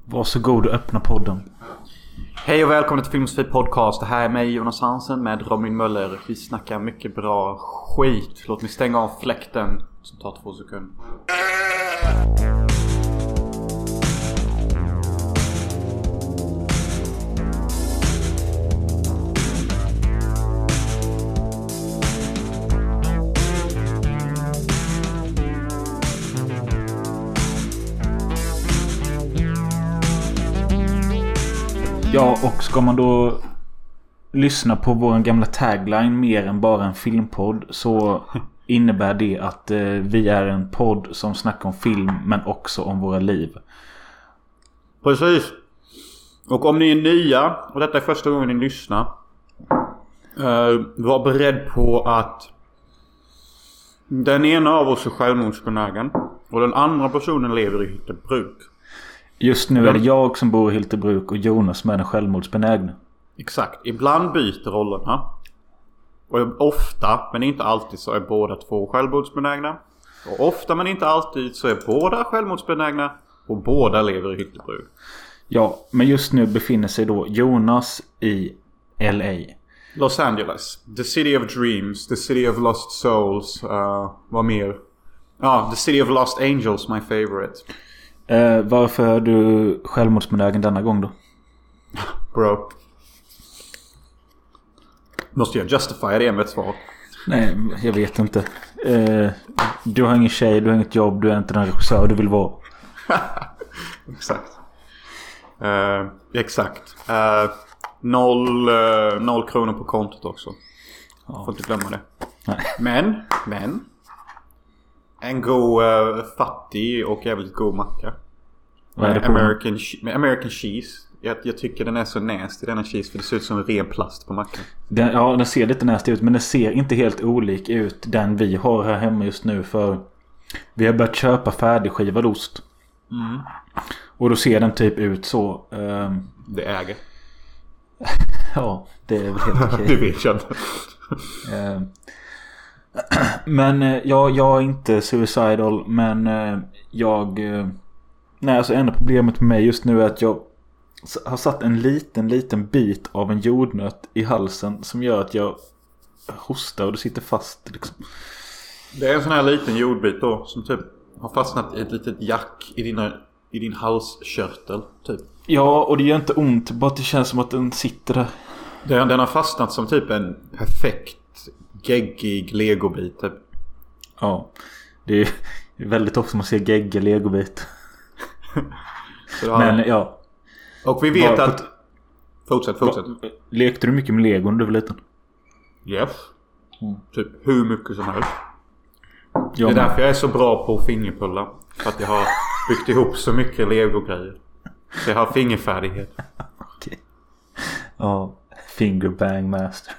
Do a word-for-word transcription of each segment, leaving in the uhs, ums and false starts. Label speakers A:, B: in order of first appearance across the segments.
A: Varsågod och öppna podden.
B: Hej och välkommen till Filmsfri podcast. Det här är mig, Jonas Hansen, med Robin Möller. Vi snackar mycket bra skit. Låt mig stänga av fläkten som tar två sekunder.
A: Ja, och ska man då lyssna på vår gamla tagline mer än bara en filmpodd, så innebär det att eh, vi är en podd som snackar om film men också om våra liv.
B: Precis. Och om ni är nya och detta är första gången ni lyssnar, eh, var beredd på att den ena av oss är självmordsbenägen och den andra personen lever i Hyltebruk.
A: Just nu är det jag som bor i Hyltebruk och Jonas som är den självmordsbenägna.
B: Exakt. Ibland byter rollerna. Och ofta, men inte alltid, så är båda två självmordsbenägna. Och ofta, men inte alltid, så är båda självmordsbenägna och båda lever i Hyltebruk.
A: Ja, men just nu befinner sig då Jonas i L A.
B: Los Angeles. The City of Dreams. The City of Lost Souls. Uh, vad mer? Ja, ah, The City of Lost Angels, my favorite.
A: Eh, varför är du självmordsbenägen denna gång då?
B: Bro. Måste jag justify det med ett svar?
A: Nej, jag vet inte. Eh, du har ingen tjej, du har inget jobb, du är inte den regissör du vill vara.
B: Exakt. Uh, exakt. Uh, noll, uh, noll kronor på kontot också. Ja. Får inte glömma det.
A: Nej.
B: Men, men. En god, uh, fattig och jävligt god macka.
A: Vad är det på?
B: American, med American cheese. Jag, jag tycker den är så nasty, denna cheese, för det ser ut som en ren plast på mackan.
A: Den, ja, den ser lite nasty ut, men den ser inte helt olik ut den vi har här hemma just nu, för vi har börjat köpa färdigskivad ost.
B: Mm.
A: Och då ser den typ ut så. Um...
B: Det äger.
A: Ja, det är väl helt okej.
B: Det vet jag inte.
A: um... Men ja, jag är inte suicidal, men jag... Nej, alltså enda problemet med mig just nu är att jag har satt en liten, liten bit av en jordnöt i halsen som gör att jag hostar och det sitter fast liksom.
B: Det är en sån här liten jordbit då som typ har fastnat i ett litet jack i, dina, i din halskörtel typ.
A: Ja, och det gör inte ont, bara att det känns som att den sitter där.
B: Den, den har fastnat som typ en perfekt geggig legobit typ.
A: Ja, det är väldigt ofta man ser geggig legobit. Men ja.
B: Och vi vet Bara, att Fortsätt, fortsätt
A: va, lekte du mycket med Lego när du var liten?
B: Yes. mm. Typ hur mycket som helst.
A: Ja,
B: det är därför jag är så bra på fingerpulla. För att jag har byggt ihop så mycket Lego-grejer. Så jag har fingerfärdighet.
A: Okej. Ja, fingerbang master.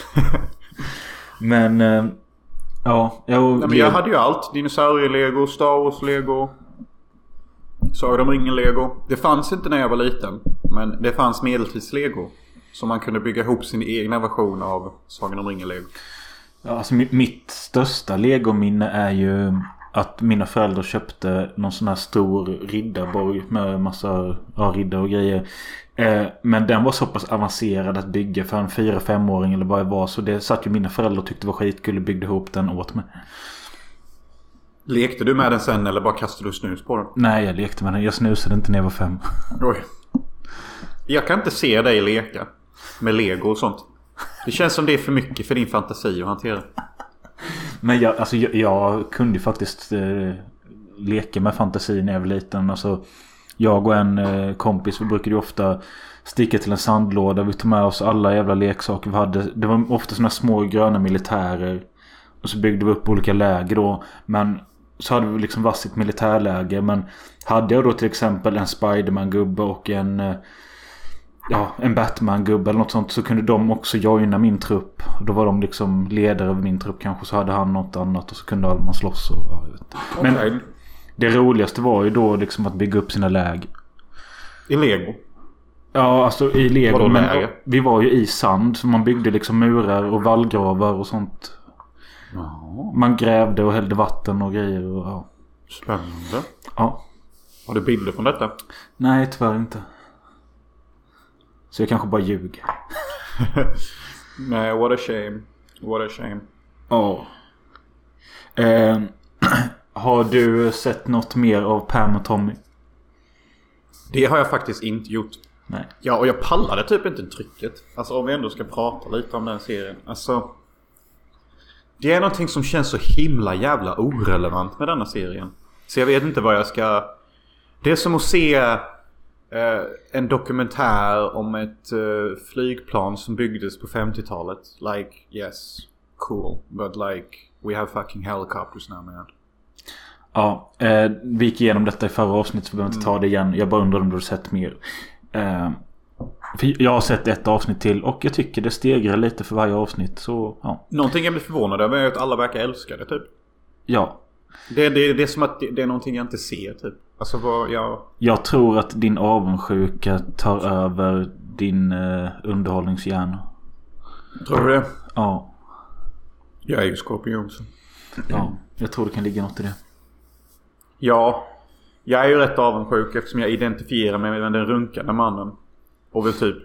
A: Men äh, ja, jag,
B: Nej, men jag hade ju allt. Dinosaurier-Lego, Star Wars-Lego, Sagan om ringen-Lego. Det fanns inte när jag var liten, men det fanns medeltids-Lego. Så man kunde bygga ihop sin egna version av Sagan om ringen-Lego.
A: Ja, alltså mitt största Lego-minne är ju att mina föräldrar köpte någon sån här stor riddarborg med massa ja, riddar och grejer. Eh, men den var så pass avancerad att bygga för en fyra-femåring eller vad det var. Så det satt ju mina föräldrar och tyckte det var skitkul och byggde ihop den åt mig.
B: Lekte du med den sen eller bara kastade du snus på den?
A: Nej, jag lekte med den. Jag snusade inte när jag var fem.
B: Oj. Jag kan inte se dig leka med Lego och sånt. Det känns som det är för mycket för din fantasi att hantera.
A: Men jag, alltså, jag, jag kunde ju faktiskt eh, leka med fantasi när jag var liten. Alltså, jag och en eh, kompis, vi brukade ju ofta sticka till en sandlåda. Vi tog med oss alla jävla leksaker vi hade. Det var ofta såna små gröna militärer. Och så byggde vi upp olika läger då. Men så hade vi liksom vassitt militärläger. Men hade jag då till exempel en Spiderman-gubbe och en... Eh, ja, en Batman-gubbe eller något sånt, så kunde de också joina min trupp. Då var de liksom ledare över min trupp kanske, så hade han något annat och så kunde man slåss och, ja, jag vet inte. Men okay. Det roligaste var ju då liksom att bygga upp sina läger.
B: I Lego?
A: Ja, alltså i Lego.
B: Vadå,
A: men
B: läger?
A: Vi var ju i sand, så man byggde liksom murar och vallgravar och sånt.
B: Ja.
A: Man grävde och hällde vatten och grejer och, ja.
B: Spännande.
A: Ja.
B: Har du bilder från detta?
A: Nej, tyvärr inte. Så jag kanske bara ljuger.
B: Nej, what a shame. What a shame.
A: Ja. Eh, har du sett något mer av Pam och Tommy?
B: Det har jag faktiskt inte gjort.
A: Nej.
B: Ja, och jag pallade typ inte trycket. Alltså om vi ändå ska prata lite om den serien. Alltså, det är någonting som känns så himla jävla orelevant med denna serien. Så jag vet inte vad jag ska... Det är som att se eh, en dokumentär om ett eh, flygplan som byggdes på femtiotalet. Like, yes, cool. But like, we have fucking helicopters now, man.
A: Ja, eh, vi gick igenom detta i förra avsnittet, så vi behöver inte ta det igen. Jag bara undrar om du har sett mer. Eh, för jag har sett ett avsnitt till och jag tycker det stegrar lite för varje avsnitt. Så, ja.
B: Någonting jag blir förvånad över är att alla verkar älska det, typ.
A: Ja.
B: Det, det, det är som att det, det är någonting jag inte ser, typ. Alltså vad jag...
A: Jag tror att din avundsjuka tar över din eh, underhållningshjärna.
B: Tror du det?
A: Ja.
B: Jag är ju skorpion.
A: Ja, jag tror det kan ligga något i det.
B: Ja, jag är ju rätt avundsjuk eftersom jag identifierar mig med den runkande mannen. Och vill typ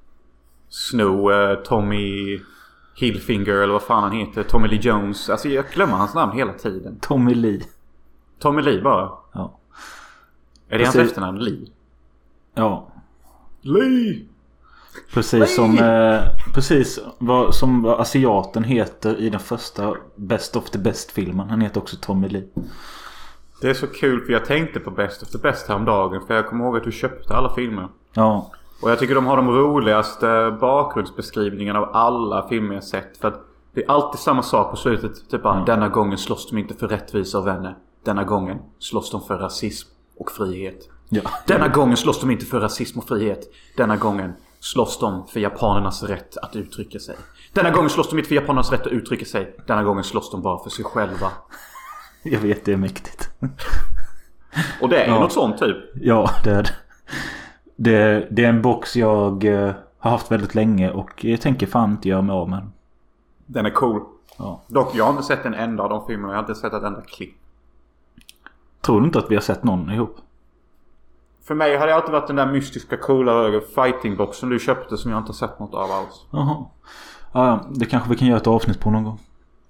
B: sno uh, Tommy Hilfiger eller vad fan han heter. Tommy Lee Jones. Alltså jag glömmer hans namn hela tiden.
A: Tommy Lee.
B: Tommy Lee bara?
A: Ja.
B: Är det hans efternamn? Lee?
A: Ja.
B: Lee!
A: Precis
B: Lee!
A: som eh, precis vad, som vad asiaten heter i den första Best of the Best-filmen. Han heter också Tommy Lee.
B: Det är så kul för jag tänkte på Best of the Best häromdagen. För jag kommer ihåg att du köpte alla filmer.
A: Ja.
B: Och jag tycker de har de roligaste bakgrundsbeskrivningarna av alla filmer jag sett. För att det är alltid samma sak på slutet. Typ bara, mm. denna gången slåss de inte för rättvisa och vänner. Denna gången slåss de för rasism och frihet.
A: Ja.
B: Denna gången slåss de inte för rasism och frihet. Denna gången slåss de för japanernas rätt att uttrycka sig. Denna gången slåss de inte för japanernas rätt att uttrycka sig. Denna gången slåss de bara för sig själva.
A: Jag vet, det är mäktigt.
B: Och det är ju
A: ja.
B: något sånt typ.
A: Ja, det är det. Det, det är en box jag eh, har haft väldigt länge och jag tänker fan inte göra mig av med den.
B: Den är cool.
A: Ja.
B: Dock, jag har inte sett en enda av de filmerna. Jag har inte sett ett enda klipp.
A: Tror du inte att vi har sett någon ihop?
B: För mig har det alltid varit den där mystiska coola fightingboxen du köpte som jag inte har sett något av alls.
A: Jaha. Ja, det kanske vi kan göra ett avsnitt på någon gång.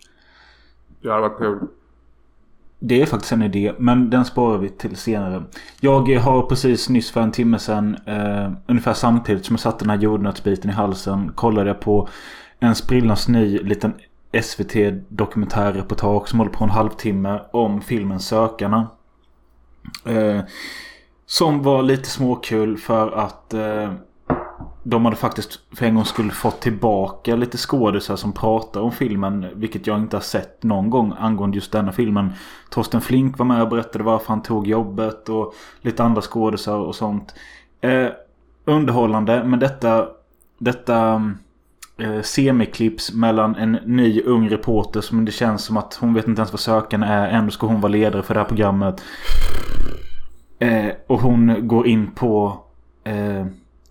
B: Det hade varit kul.
A: Det är faktiskt en idé, men den sparar vi till senare. Jag har precis nyss för en timme sedan, eh, ungefär samtidigt som jag satte den här jordnötsbiten i halsen, kollade jag på en sprillans ny liten S V T-dokumentärreportage som håller på en halvtimme om filmen Sökarna. Eh, som var lite småkul för att eh, de hade faktiskt för en gång skulle fått tillbaka lite skådespelare som pratar om filmen, vilket jag inte har sett någon gång angående just denna filmen. Torsten Flink var med och berättade varför han tog jobbet och lite andra skådespelare och sånt. Eh, underhållande, men detta detta eh, semiklipps mellan en ny ung reporter som det känns som att hon vet inte ens vad Sökarna är, ändå ska hon vara ledare för det här programmet. Eh, och hon går in på eh,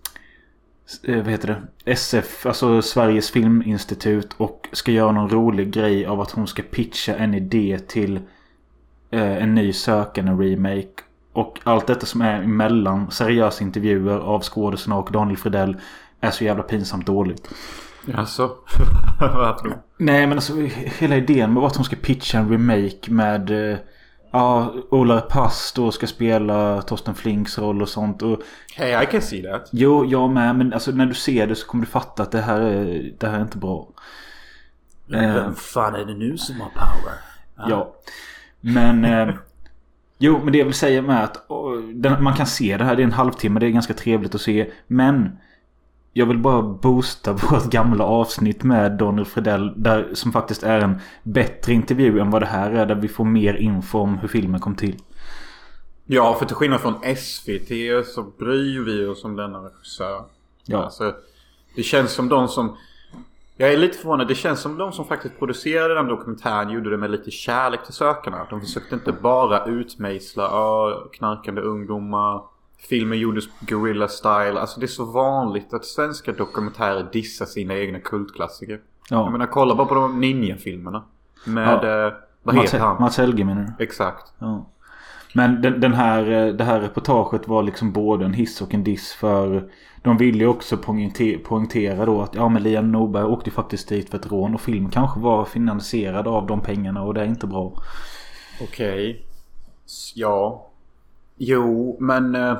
A: vad heter det? S F, alltså Sveriges Filminstitut, och ska göra någon rolig grej av att hon ska pitcha en idé till eh, en ny Sökarna remake. Och allt detta som är emellan seriösa intervjuer av skådespelarna och Daniel Fredell är så jävla pinsamt dåligt.
B: Jaså?
A: Nej, men alltså hela idén med att hon ska pitcha en remake med eh, ja, Ola Pass då ska spela Torsten Flinks roll och sånt. Och
B: hey, I can see that.
A: Jo, jag med. Men alltså, när du ser det så kommer du fatta att det här är, det här är inte bra.
B: Men vem fan är det nu som har power?
A: Ah. Ja. Men eh, jo, men det jag vill säga med att oh, den, man kan se det här. Det är en halvtimme. Det är ganska trevligt att se. Men jag vill bara boosta vårt gamla avsnitt med Daniel Fredell, där, som faktiskt är en bättre intervju än vad det här är, där vi får mer info om hur filmen kom till.
B: Ja, för till skillnad från S V T så bryr vi oss om denna regissör.
A: Ja.
B: Alltså, det känns som de som... Jag är lite förvånad. Det känns som de som faktiskt producerade den dokumentären gjorde det med lite kärlek till Sökarna. De försökte inte bara utmejsla ö, knarkande ungdomar. Filmen gjordes guerrilla style. Alltså det är så vanligt att svenska dokumentärer dissar sina egna kultklassiker. Ja. Jag menar, kolla bara på de ninja-filmerna. Med, ja. eh, vad
A: Mats,
B: heter han?
A: Mats Helge menar du?
B: Exakt.
A: Ja. Men den, den här, det här reportaget var liksom både en hiss och en diss. För de ville ju också poängtera, poängtera då att ja, men Liam Norberg åkte faktiskt dit för ett rån. Och filmen kanske var finansierad av de pengarna. Och det är inte bra.
B: Okej. Okay. Ja. Jo, men... Uh...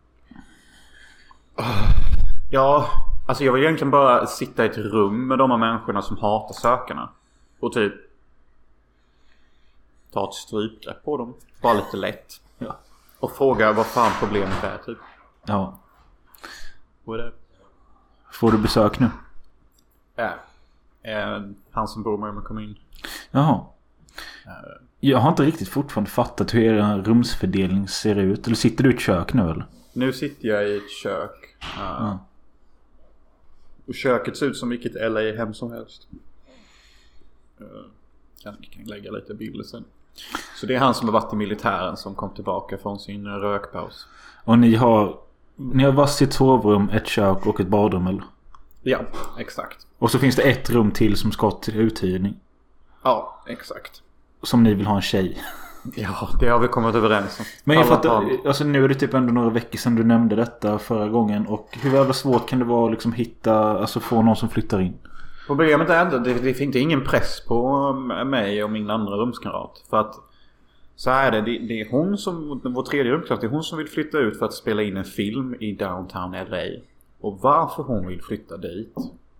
B: Ja, alltså jag vill egentligen bara sitta i ett rum med de här människorna som hatar sökarna. Och typ ta ett strypgrepp på dem. Bara lite lätt.
A: Ja.
B: Och fråga vad fan problemet är typ.
A: Ja.
B: Vad är det?
A: Får du besök nu?
B: Ja. Eh, han som bor med mig kom in.
A: Jaha. Jag har inte riktigt fortfarande fattat hur er rumsfördelning ser ut. Eller sitter du i ett kök nu eller?
B: Nu sitter jag i ett kök. Uh, mm. Och köket ser ut som vilket L A-hem som helst. Uh, kanske kan lägga lite bilder sen. Så det är han som har varit i militären som kom tillbaka från sin rökpaus.
A: Och ni har Ni har varsitt sovrum, ett kök och ett badrum eller?
B: Ja, exakt.
A: Och så finns det ett rum till som ska till uthyrning.
B: Ja, exakt.
A: Som ni vill ha en tjej.
B: Ja, det har vi kommit överens om.
A: Men jag fattar, alltså nu är det typ ändå några veckor sedan du nämnde detta förra gången. Och hur jävla svårt kan det vara liksom hitta, alltså få någon som flyttar in?
B: Problemet är att det, det finns ingen press på mig och min andra rumskamrat. För att så här är det, det, det är hon som, vår tredje rumskamrat, det är hon som vill flytta ut för att spela in en film i downtown L A. Och varför hon vill flytta dit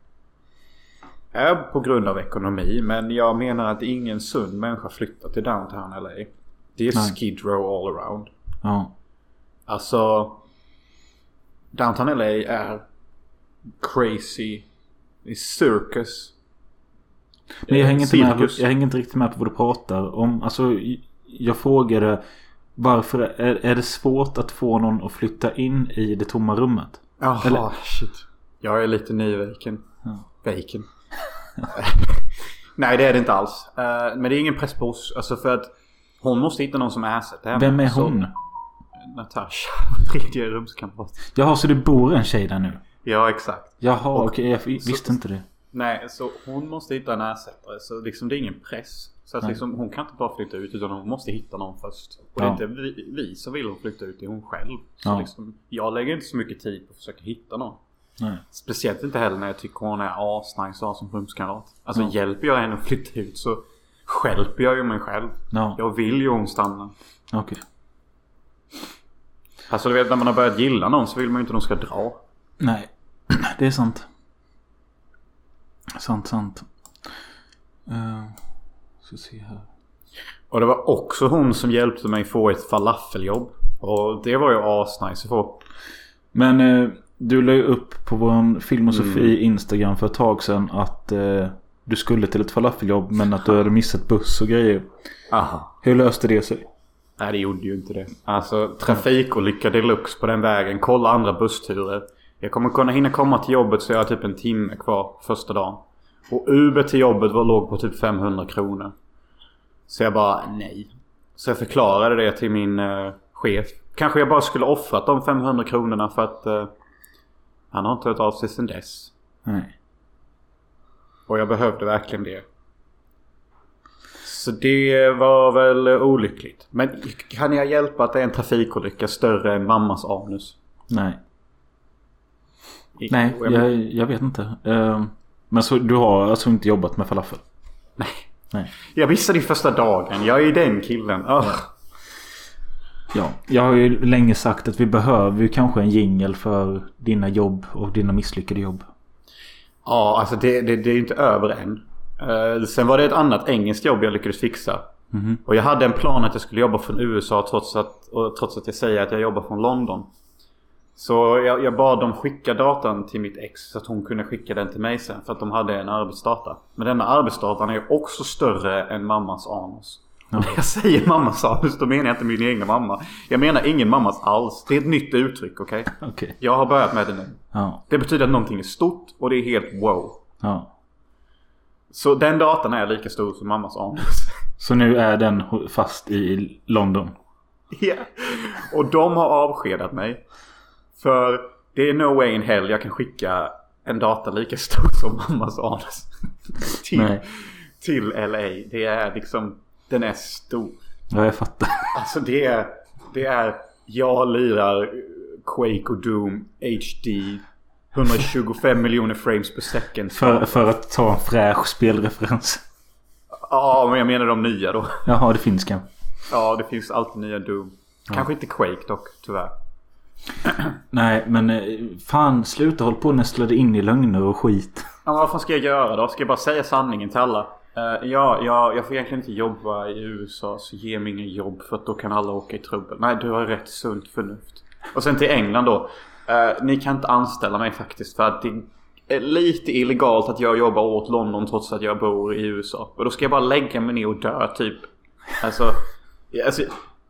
B: är på grund av ekonomi. Men jag menar att ingen sund människa flyttar till downtown L A. Det är Nej. Skid Row all around.
A: Ja.
B: Alltså downtown L A är crazy. Det är circus.
A: Men jag hänger, inte med, jag hänger inte riktigt med på vad du pratar om. Alltså jag frågade varför är, är det svårt att få någon att flytta in i det tomma rummet?
B: Jaha, Eller? shit. Jag är lite nyvaken. Ja. Vaken. Nej, det är det inte alls. Uh, men det är ingen press på oss. Alltså för att hon måste hitta någon som ersätter henne.
A: Vem är hon?
B: Natasha, tredje rumskamrat.
A: Jaha, så det bor en tjej där nu?
B: Ja, exakt.
A: Jaha, okej, okay, jag visste så, inte det.
B: Nej, så hon måste hitta en ersättare. Så liksom det är ingen press. Så att liksom, hon kan inte bara flytta ut, utan hon måste hitta någon först. Och ja. Det är inte vi, vi som vill hon flytta ut, det är hon själv. Så ja. liksom, jag lägger inte så mycket tid på att försöka hitta någon. Nej. Speciellt inte heller när jag tycker hon är asnice och som rumskamrat. Alltså ja. hjälper jag henne att flytta ut så hjälper jag ju mig själv. Ja. Jag vill ju hon stanna.
A: Okej. Okay.
B: Alltså du vet, när man har börjat gilla någon så vill man ju inte att de ska dra.
A: Nej, det är sant. Sant, sant. Uh, ska se här.
B: Och det var också hon som hjälpte mig få ett falafeljobb. Och det var ju asnice att få.
A: Men uh, du la ju upp på vår Filmosofi mm. Instagram för ett tag sedan att uh, du skulle till ett falafeljobb men att du hade missat buss och grejer.
B: Aha.
A: Hur löste det sig?
B: Nej, det gjorde ju inte det. Alltså, trafikolycka deluxe på den vägen. Kolla andra bussturer. Jag kommer kunna hinna komma till jobbet så jag har typ en timme kvar första dagen. Och Uber till jobbet var låg på typ femhundra kronor. Så jag bara, nej. Så jag förklarade det till min uh, chef. Kanske jag bara skulle offrat de femhundra kronorna för att uh, han har inte hört av sig sedan dess.
A: Nej.
B: Och jag behövde verkligen det. Så det var väl olyckligt. Men kan jag hjälpa att det är en trafikolycka större än mammas anus?
A: Nej. I, Nej, jag, jag, jag vet inte. Uh, men så du har alltså inte jobbat med falafel?
B: Nej.
A: Nej.
B: Jag missade det första dagen. Jag är den killen. Oh.
A: Ja. ja, jag har ju länge sagt att vi behöver ju kanske en jingle för dina jobb och dina misslyckade jobb.
B: Ja, alltså det, det, det är ju inte över än. Uh, sen var det ett annat engelskt jobb jag lyckades fixa. Mm-hmm. Och jag hade en plan att jag skulle jobba från U S A trots att, och trots att jag säger att jag jobbar från London. Så jag, jag bad dem skicka datan till mitt ex så att hon kunde skicka den till mig sen. För att de hade en arbetsdata. Men denna arbetsdatan är ju också större än mammas anus. Och när jag säger mammas anus, då menar jag inte min egen mamma. Jag menar ingen mammas alls. Det är ett nytt uttryck, okej?
A: Okay? Okay.
B: Jag har börjat med det nu.
A: Ja.
B: Det betyder att någonting är stort och det är helt wow.
A: Ja.
B: Så den datan är lika stor som mammas anus.
A: Så nu är den fast i London?
B: Ja. Yeah. Och de har avskedat mig. För det är no way in hell jag kan skicka en data lika stor som mammas anus till, till L A. Det är liksom, den är stor.
A: Ja, jag fattar.
B: Alltså det är Det är jag lirar Quake och Doom H D hundratjugofem miljoner frames per second.
A: För, för att ta en fräsch spelreferens.
B: Ja, men jag menar de nya då.
A: Jaha, det finns kanske.
B: Ja, det finns alltid nya Doom. Kanske ja. Inte Quake dock, tyvärr.
A: Nej, men fan, sluta håll på och nästla dig in i lögner och skit.
B: Ja, vad fan ska jag göra då? Ska jag bara säga sanningen till alla? Uh, ja, ja, jag får egentligen inte jobba i U S A, så ge mig ingen jobb för att då kan alla åka i trubbel. Nej, du har rätt sunt förnuft. Och sen till England då. Uh, ni kan inte anställa mig faktiskt för att det är lite illegalt att jag jobbar åt London trots att jag bor i U S A. Och då ska jag bara lägga mig ner och dö typ. Alltså, alltså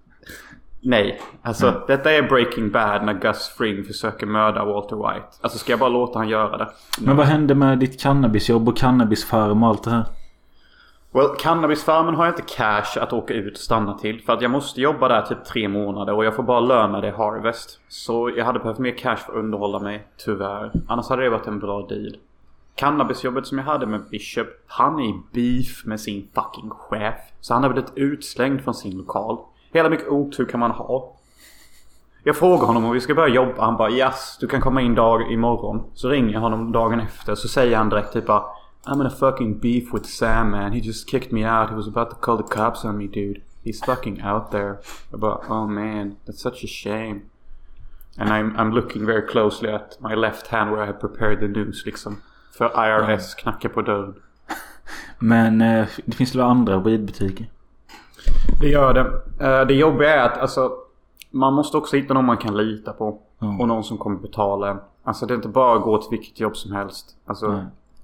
B: nej, alltså mm. detta är Breaking Bad när Gus Fring försöker mörda Walter White. Alltså ska jag bara låta han göra det?
A: Men vad hände med ditt cannabisjobb och cannabisfarm och allt det här?
B: Well, cannabisfarmen har jag inte cash att åka ut och stanna till. För att jag måste jobba där typ tre månader. Och jag får bara lön när det är harvest. Så jag hade behövt mer cash för att underhålla mig, tyvärr. Annars hade det varit en bra deal. Cannabisjobbet som jag hade med Bishop, han är i beef med sin fucking chef. Så han har blivit utslängd från sin lokal. Hela mycket otur kan man ha. Jag frågar honom om vi ska börja jobba. Han bara, yes, du kan komma in dag imorgon. Så ringer jag honom dagen efter. Så säger han direkt typ bara, I'm in a fucking beef with Sam, man. He just kicked me out. He was about to call the cops on me, dude. He's fucking out there. Jag bara, oh man, that's such a shame. And I'm, I'm looking very closely at my left hand where I have prepared the news, liksom. För I R S ja. Knackar på dörren.
A: Men eh, det finns väl andra weedbutiker?
B: Det gör det. Uh, det jobbiga är att alltså, man måste också hitta någon man kan lita på. Mm. Och någon som kommer betala en. Alltså det är inte bara att gå till vilket jobb som helst. Alltså... Mm.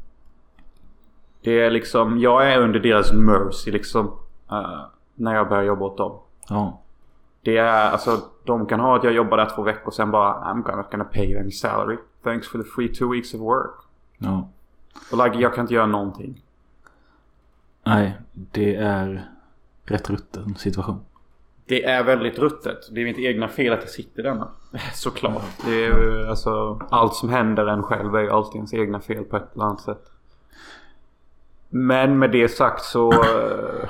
B: Det är liksom, jag är under deras mercy liksom uh, när jag börjar jobba åt dem. Ja. Det är, alltså, de kan ha att jag jobbar där två veckor och sen bara, I'm not gonna pay you any salary. Thanks for the free two weeks of work. Ja. Och like, jag kan inte göra någonting.
A: Nej, det är rätt rutten situation.
B: Det är väldigt ruttet. Det är mitt egna fel att jag sitter där. Såklart. Det är, alltså, allt som händer en själv är ju alltid ens egna fel på ett eller annat sätt. Men med det sagt så uh,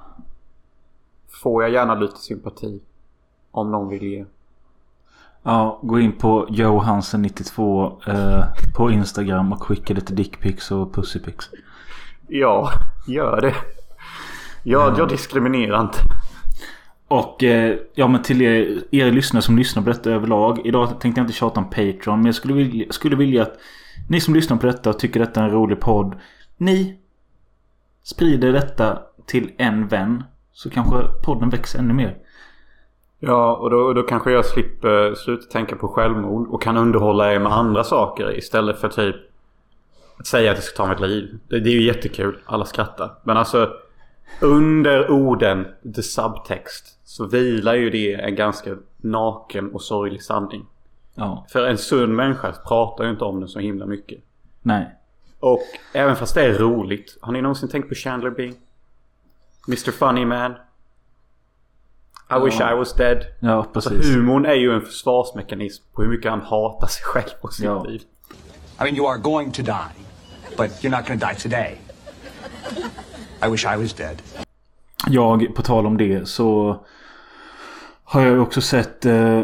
B: får jag gärna lite sympati om någon vill ge.
A: Ja, gå in på Johansen nittiotvå uh, på Instagram och skicka lite dickpics och pussypics.
B: Ja, gör det. Ja, ja. Jag diskriminerar inte.
A: Och eh, ja, men till er, er lyssnare som lyssnar på detta överlag. Idag tänkte jag inte tjata om Patreon, men jag skulle vilja, skulle vilja att ni som lyssnar på detta och tycker detta är en rolig podd, ni sprider detta till en vän, så kanske podden växer ännu mer.
B: Ja, och då, då kanske jag slipper sluta tänka på självmord och kan underhålla er med andra saker istället för typ att säga att jag ska ta mitt liv. Det, det är ju jättekul, alla skrattar. Men alltså, under orden the subtext så vilar ju det en ganska naken och sorglig sanning. Ja. För en sund människa pratar ju inte om det så himla mycket.
A: Nej.
B: Och även fast det är roligt, har ni någonsin tänkt på Chandler Bing? mister Funny Man? I ja. wish I was dead.
A: Ja, precis.
B: Så humorn är ju en försvarsmekanism på hur mycket han hatar sig själv och sitt ja. liv.
C: I mean, you are going to die, but you're not going to die today. I wish I was dead.
A: Jag, på tal om det, så har jag också sett eh,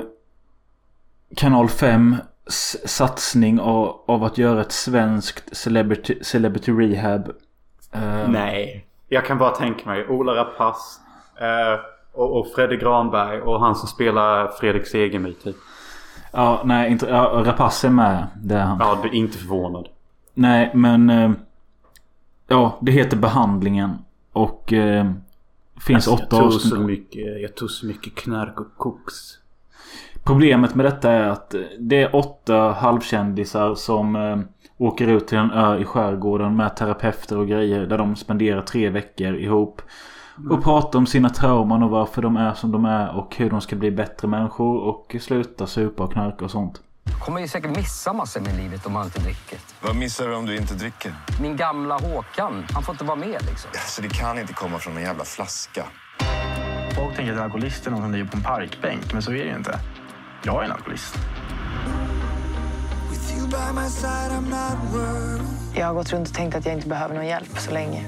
A: Kanal fem satsning av, av att göra ett svenskt celebrity, celebrity rehab.
B: Uh, Nej, jag kan bara tänka mig Ola Rapace uh, och, och Fredrik Granberg och han som spelar Fredrik Segemyhr typ.
A: Ja, nej, inte, ja, Rapace är med. Det är han.
B: Ja, du är inte förvånad.
A: Nej, men uh, ja, det heter Behandlingen och uh, finns alltså, åtta
B: jag tog så mycket, jag tog så mycket knark och koks.
A: Problemet med detta är att det är åtta halvkändisar som eh, åker ut till en ö i skärgården med terapeuter och grejer där de spenderar tre veckor ihop och mm. pratar om sina trauman och varför de är som de är och hur de ska bli bättre människor och sluta supa och knarka och sånt.
D: Jag kommer ju säkert missa massor med livet om man inte dricker.
E: Vad missar du om du inte dricker?
D: Min gamla Håkan, han får inte vara med liksom.
E: Alltså det kan inte komma från en jävla flaska.
F: Folk tänker att alkoholist är någon som ligger på en parkbänk, men så är det ju inte. Jag är en alkoholist.
G: Jag har gått runt och tänkt att jag inte behöver någon hjälp så länge.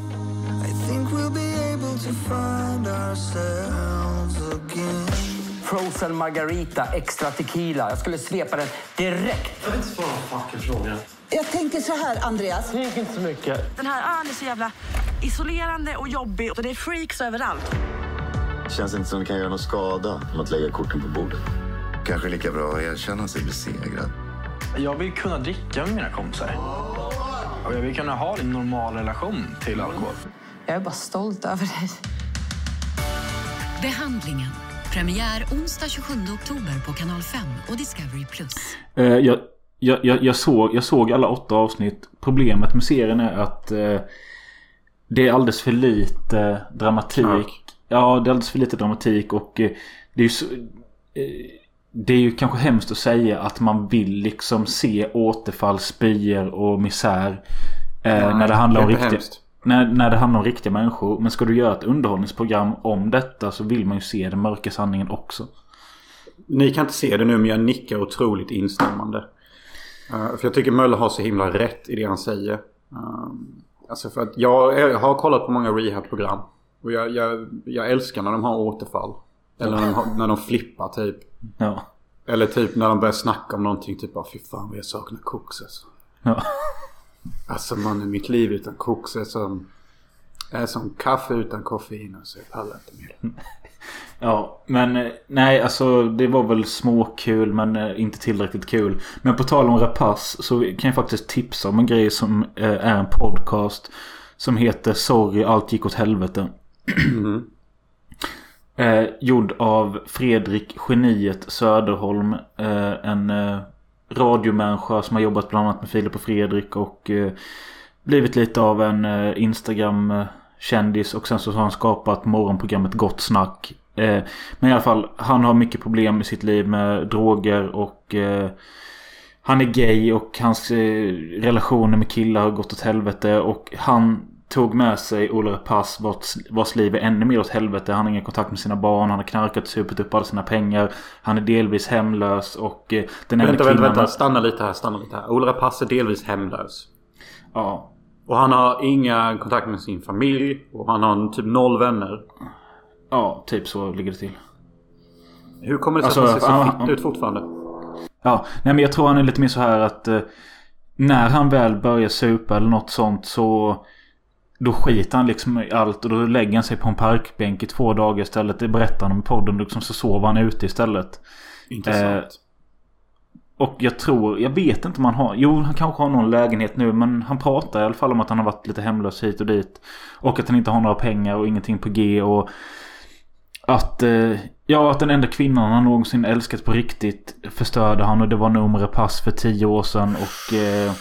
D: frozen margarita, extra tequila. Jag skulle svepa den direkt.
H: Jag vill inte svara på fucking frågan.
I: Jag tänker så här, Andreas.
H: Tänk inte så mycket.
I: Den här ön är så jävla isolerande och jobbig. Och det är freaks överallt.
E: Känns inte som det kan göra någon skada om att lägga korten på bordet. Kanske lika bra att erkänna sig besegrad.
F: Jag vill kunna dricka med mina kompisar. Och jag vill kunna ha en normal relation till alkohol.
G: Jag är bara stolt över dig.
J: Behandlingen. Premiär onsdag tjugosjunde oktober på Kanal fem och Discovery plus.
A: Uh, jag, jag, jag, jag, såg, jag såg alla åtta avsnitt. Problemet med serien är att uh, det är alldeles för lite dramatik. Tack. Ja, det är alldeles för lite dramatik. Och uh, det är ju så, uh, det är ju kanske hemskt att säga att man vill liksom se återfall, spyor och misär uh, Nej, när det handlar om riktigt. När, när det handlar om riktiga människor. Men ska du göra ett underhållningsprogram om detta, så vill man ju se den mörka sanningen också.
B: Ni kan inte se det nu, men jag nickar otroligt instämmande. Uh, för jag tycker Möller har så himla rätt i det han säger. Uh, alltså för att jag, jag har kollat på många rehab-program. Och jag, jag, jag älskar när de har återfall. Eller när de, har, när de flippar typ.
A: Ja.
B: Eller typ när de börjar snacka om någonting. Typ bara, fy fan vad jag saknar koks alltså.
A: Ja.
B: Alltså man, mitt liv utan koks är som, är som kaffe utan koffein. Så jag pallar inte mer.
A: Ja, men nej, alltså det var väl småkul, men inte tillräckligt kul. Men på tal om Rapace så kan jag faktiskt tipsa om en grej som är en podcast som heter Sorry, allt gick åt helvete.
B: Mm.
A: eh, gjord av Fredrik Geniet Söderholm, eh, en eh, radiomänniska som har jobbat bland annat med Filip och Fredrik och eh, blivit lite av en eh, Instagram-kändis, och sen så har han skapat morgonprogrammet Gott Snack. Eh, men i alla fall, han har mycket problem i sitt liv med droger och eh, han är gay och hans eh, relationer med killar har gått åt helvete, och han tog med sig Ola Rapace vars, vars liv är ännu mer åt helvete. Han har ingen kontakt med sina barn, han har knarkat, supit upp alla sina pengar, han är delvis hemlös och eh, den enda
B: vänta,
A: kvinnan...
B: vänta, vänta, stanna lite här, stanna lite här. Ola Rapace är delvis hemlös.
A: Ja.
B: Och han har inga kontakt med sin familj, och han har typ noll vänner.
A: Ja, typ så ligger det till.
B: Hur kommer det sig alltså, att han ser så fitt ut fortfarande?
A: Ja, nej men jag tror han är lite mer så här att eh, när han väl börjar supa eller något sånt, så då skiter han liksom i allt och då lägger han sig på en parkbänk i två dagar istället. Det berättar han om i podden, liksom, så sover han ute istället.
B: Intressant. Eh,
A: och jag tror, jag vet inte om han har, jo han kanske har någon lägenhet nu, men han pratar i alla fall om att han har varit lite hemlös hit och dit. Och att han inte har några pengar och ingenting på G, och att, eh, ja, att den enda kvinnan han någonsin älskat på riktigt förstörde han, och det var Noomi Rapace för tio år sedan. Och eh,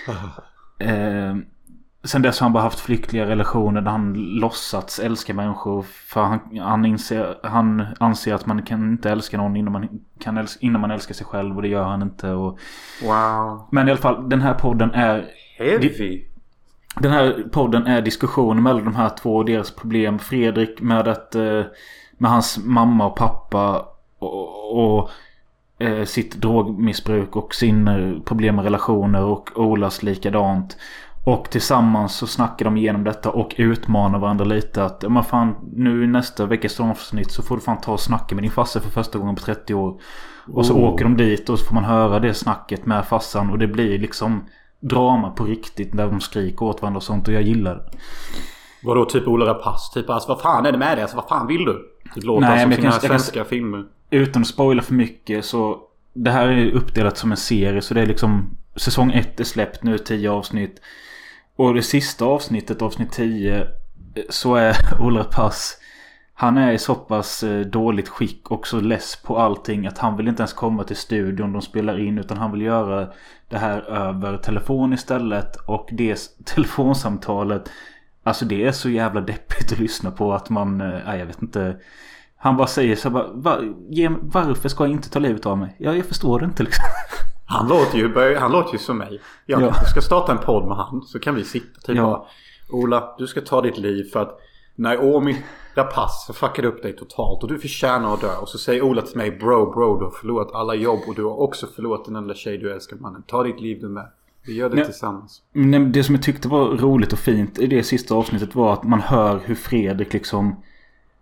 A: eh, sen dess har han bara haft flyktliga relationer där han låtsats älska människor, för han, han, inser, han anser att man kan inte älska någon innan man, kan älska, innan man älskar sig själv, och det gör han inte. Och,
B: wow.
A: Men i alla fall, den här podden är
B: heavy.
A: Den här podden är diskussion mellan de här två och deras problem. Fredrik med att eh, med hans mamma och pappa och, och eh, sitt drogmissbruk och sin eh, problem med relationer, och Olas likadant. Och tillsammans så snackar de igenom detta och utmanar varandra lite. Att men fan, nu nästa veckas avsnitt så får du fan ta och snacka med din farsa för första gången på trettio år. Och så oh. åker de dit och så får man höra det snacket med farsan, och det blir liksom drama på riktigt där de skriker åt varandra och sånt, och jag gillar det.
B: Vadå, typ Ola Rapace? Typ, alltså vad fan är det med det? Alltså vad fan vill du? Typ låta
A: Nej,
B: som
A: men
B: sina
A: kan,
B: svenska
A: kan,
B: filmer.
A: Utan att spoila för mycket, så det här är uppdelat som en serie, så det är liksom säsong ett är släppt nu, tio avsnitt. Och det sista avsnittet, avsnitt tio, så är Ola Rapace, han är i så pass dåligt skick och så less på allting att han vill inte ens komma till studion de spelar in, utan han vill göra det här över telefon istället. Och det telefonsamtalet, alltså det är så jävla deppigt att lyssna på att man, nej jag vet inte, han bara säger så bara, var, ge, varför ska jag inte ta livet av mig? Ja, jag förstår det inte liksom.
B: Han låter ju, han låter ju som mig. Jag ja. ska starta en podd med han, så kan vi sitta typ ja. bara, Ola, du ska ta ditt liv för att Naomi Rapace fuckade upp dig totalt och du förtjänar att dö. Och så säger Ola till mig, bro, bro, du har förlorat alla jobb och du har också förlorat den enda tjej du älskar, mannen. Ta ditt liv du med. Vi gör det nej, tillsammans.
A: Nej, det som jag tyckte var roligt och fint i det sista avsnittet var att man hör hur Fredrik liksom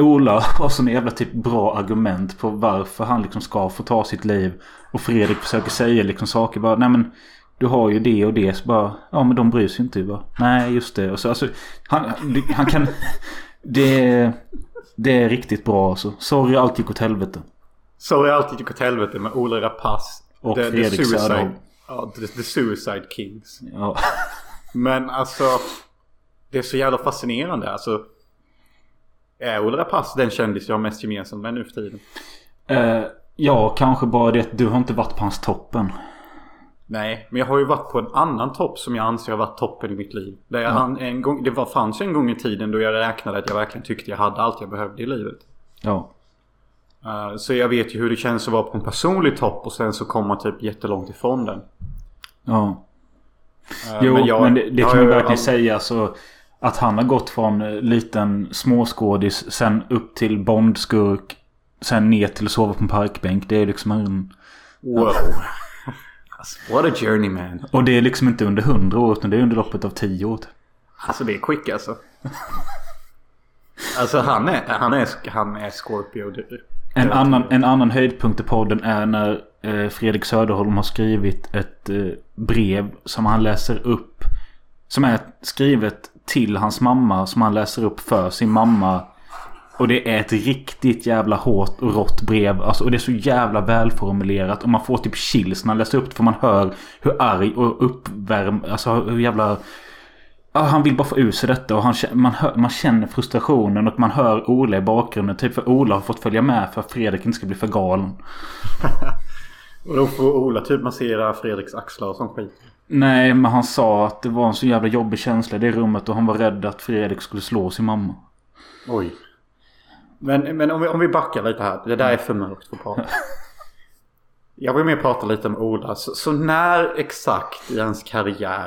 A: Ola har sån jävla typ bra argument på varför han liksom ska få ta sitt liv. Och Fredrik försöker säga liksom saker bara, nej men du har ju det och det, så bara, ja men de bryr sig inte bara. Nej just det. Och så, alltså, han, han kan det, det är riktigt bra alltså. Sorry allt gick åt helvete.
B: Sorry allt gick åt helvete med Ola Rapace
A: och
B: the,
A: Fredrik
B: the suicide,
A: Söderholm.
B: ja, the, the Suicide Kings.
A: Ja.
B: Men alltså det är så jävla fascinerande. Alltså är Ola Rapace den kändis jag har mest gemensamt med nu för tiden?
A: Uh, ja, kanske bara det att du har inte varit på hans toppen.
B: Nej, men jag har ju varit på en annan topp som jag anser har varit toppen i mitt liv. Där jag,
A: ja.
B: en gång, det var, fanns en gång i tiden då jag räknade att jag verkligen tyckte jag hade allt jag behövde i livet.
A: Ja.
B: Uh, så jag vet ju hur det känns att vara på en personlig topp och sen så komma typ jättelångt ifrån den.
A: Ja.
B: Uh,
A: jo, men,
B: jag,
A: men det, det kan man verkligen
B: all...
A: säga så att han har gått från liten småskådis sen upp till bondskurk, sen ner till att sova på en parkbänk. Det är liksom en...
B: Wow. Alltså, what a journey, man.
A: Och det är liksom inte under hundra år utan det är under loppet av tio år.
B: Alltså det är quick alltså. Alltså han är, han är, han är Scorpio.
A: En annan, en annan höjdpunkt i podden är när eh, Fredrik Söderholm har skrivit ett eh, brev som han läser upp. Som är skrivet till hans mamma, som han läser upp för sin mamma. Och det är ett riktigt jävla hårt och rått brev. Alltså, och det är så jävla välformulerat. Och man får typ chills när han läser upp det. För man hör hur arg och uppvärm... Alltså hur jävla... Ja, han vill bara få ur sig detta. Och han, man, hör, man känner frustrationen. Och man hör Ola i bakgrunden. Typ för Ola har fått följa med för att Fredrik inte ska bli för galen.
B: Och då får Ola typ massera Fredriks axlar och sån skit.
A: Nej, men han sa att det var en så jävla jobbig känsla i det rummet. Och han var rädd att Fredrik skulle slå sin mamma.
B: Oj. Men, men om, vi, om vi backar lite här. Det där är för mörkt för att prata. Jag vill mer prata lite om Ola. Så, så när exakt i hans karriär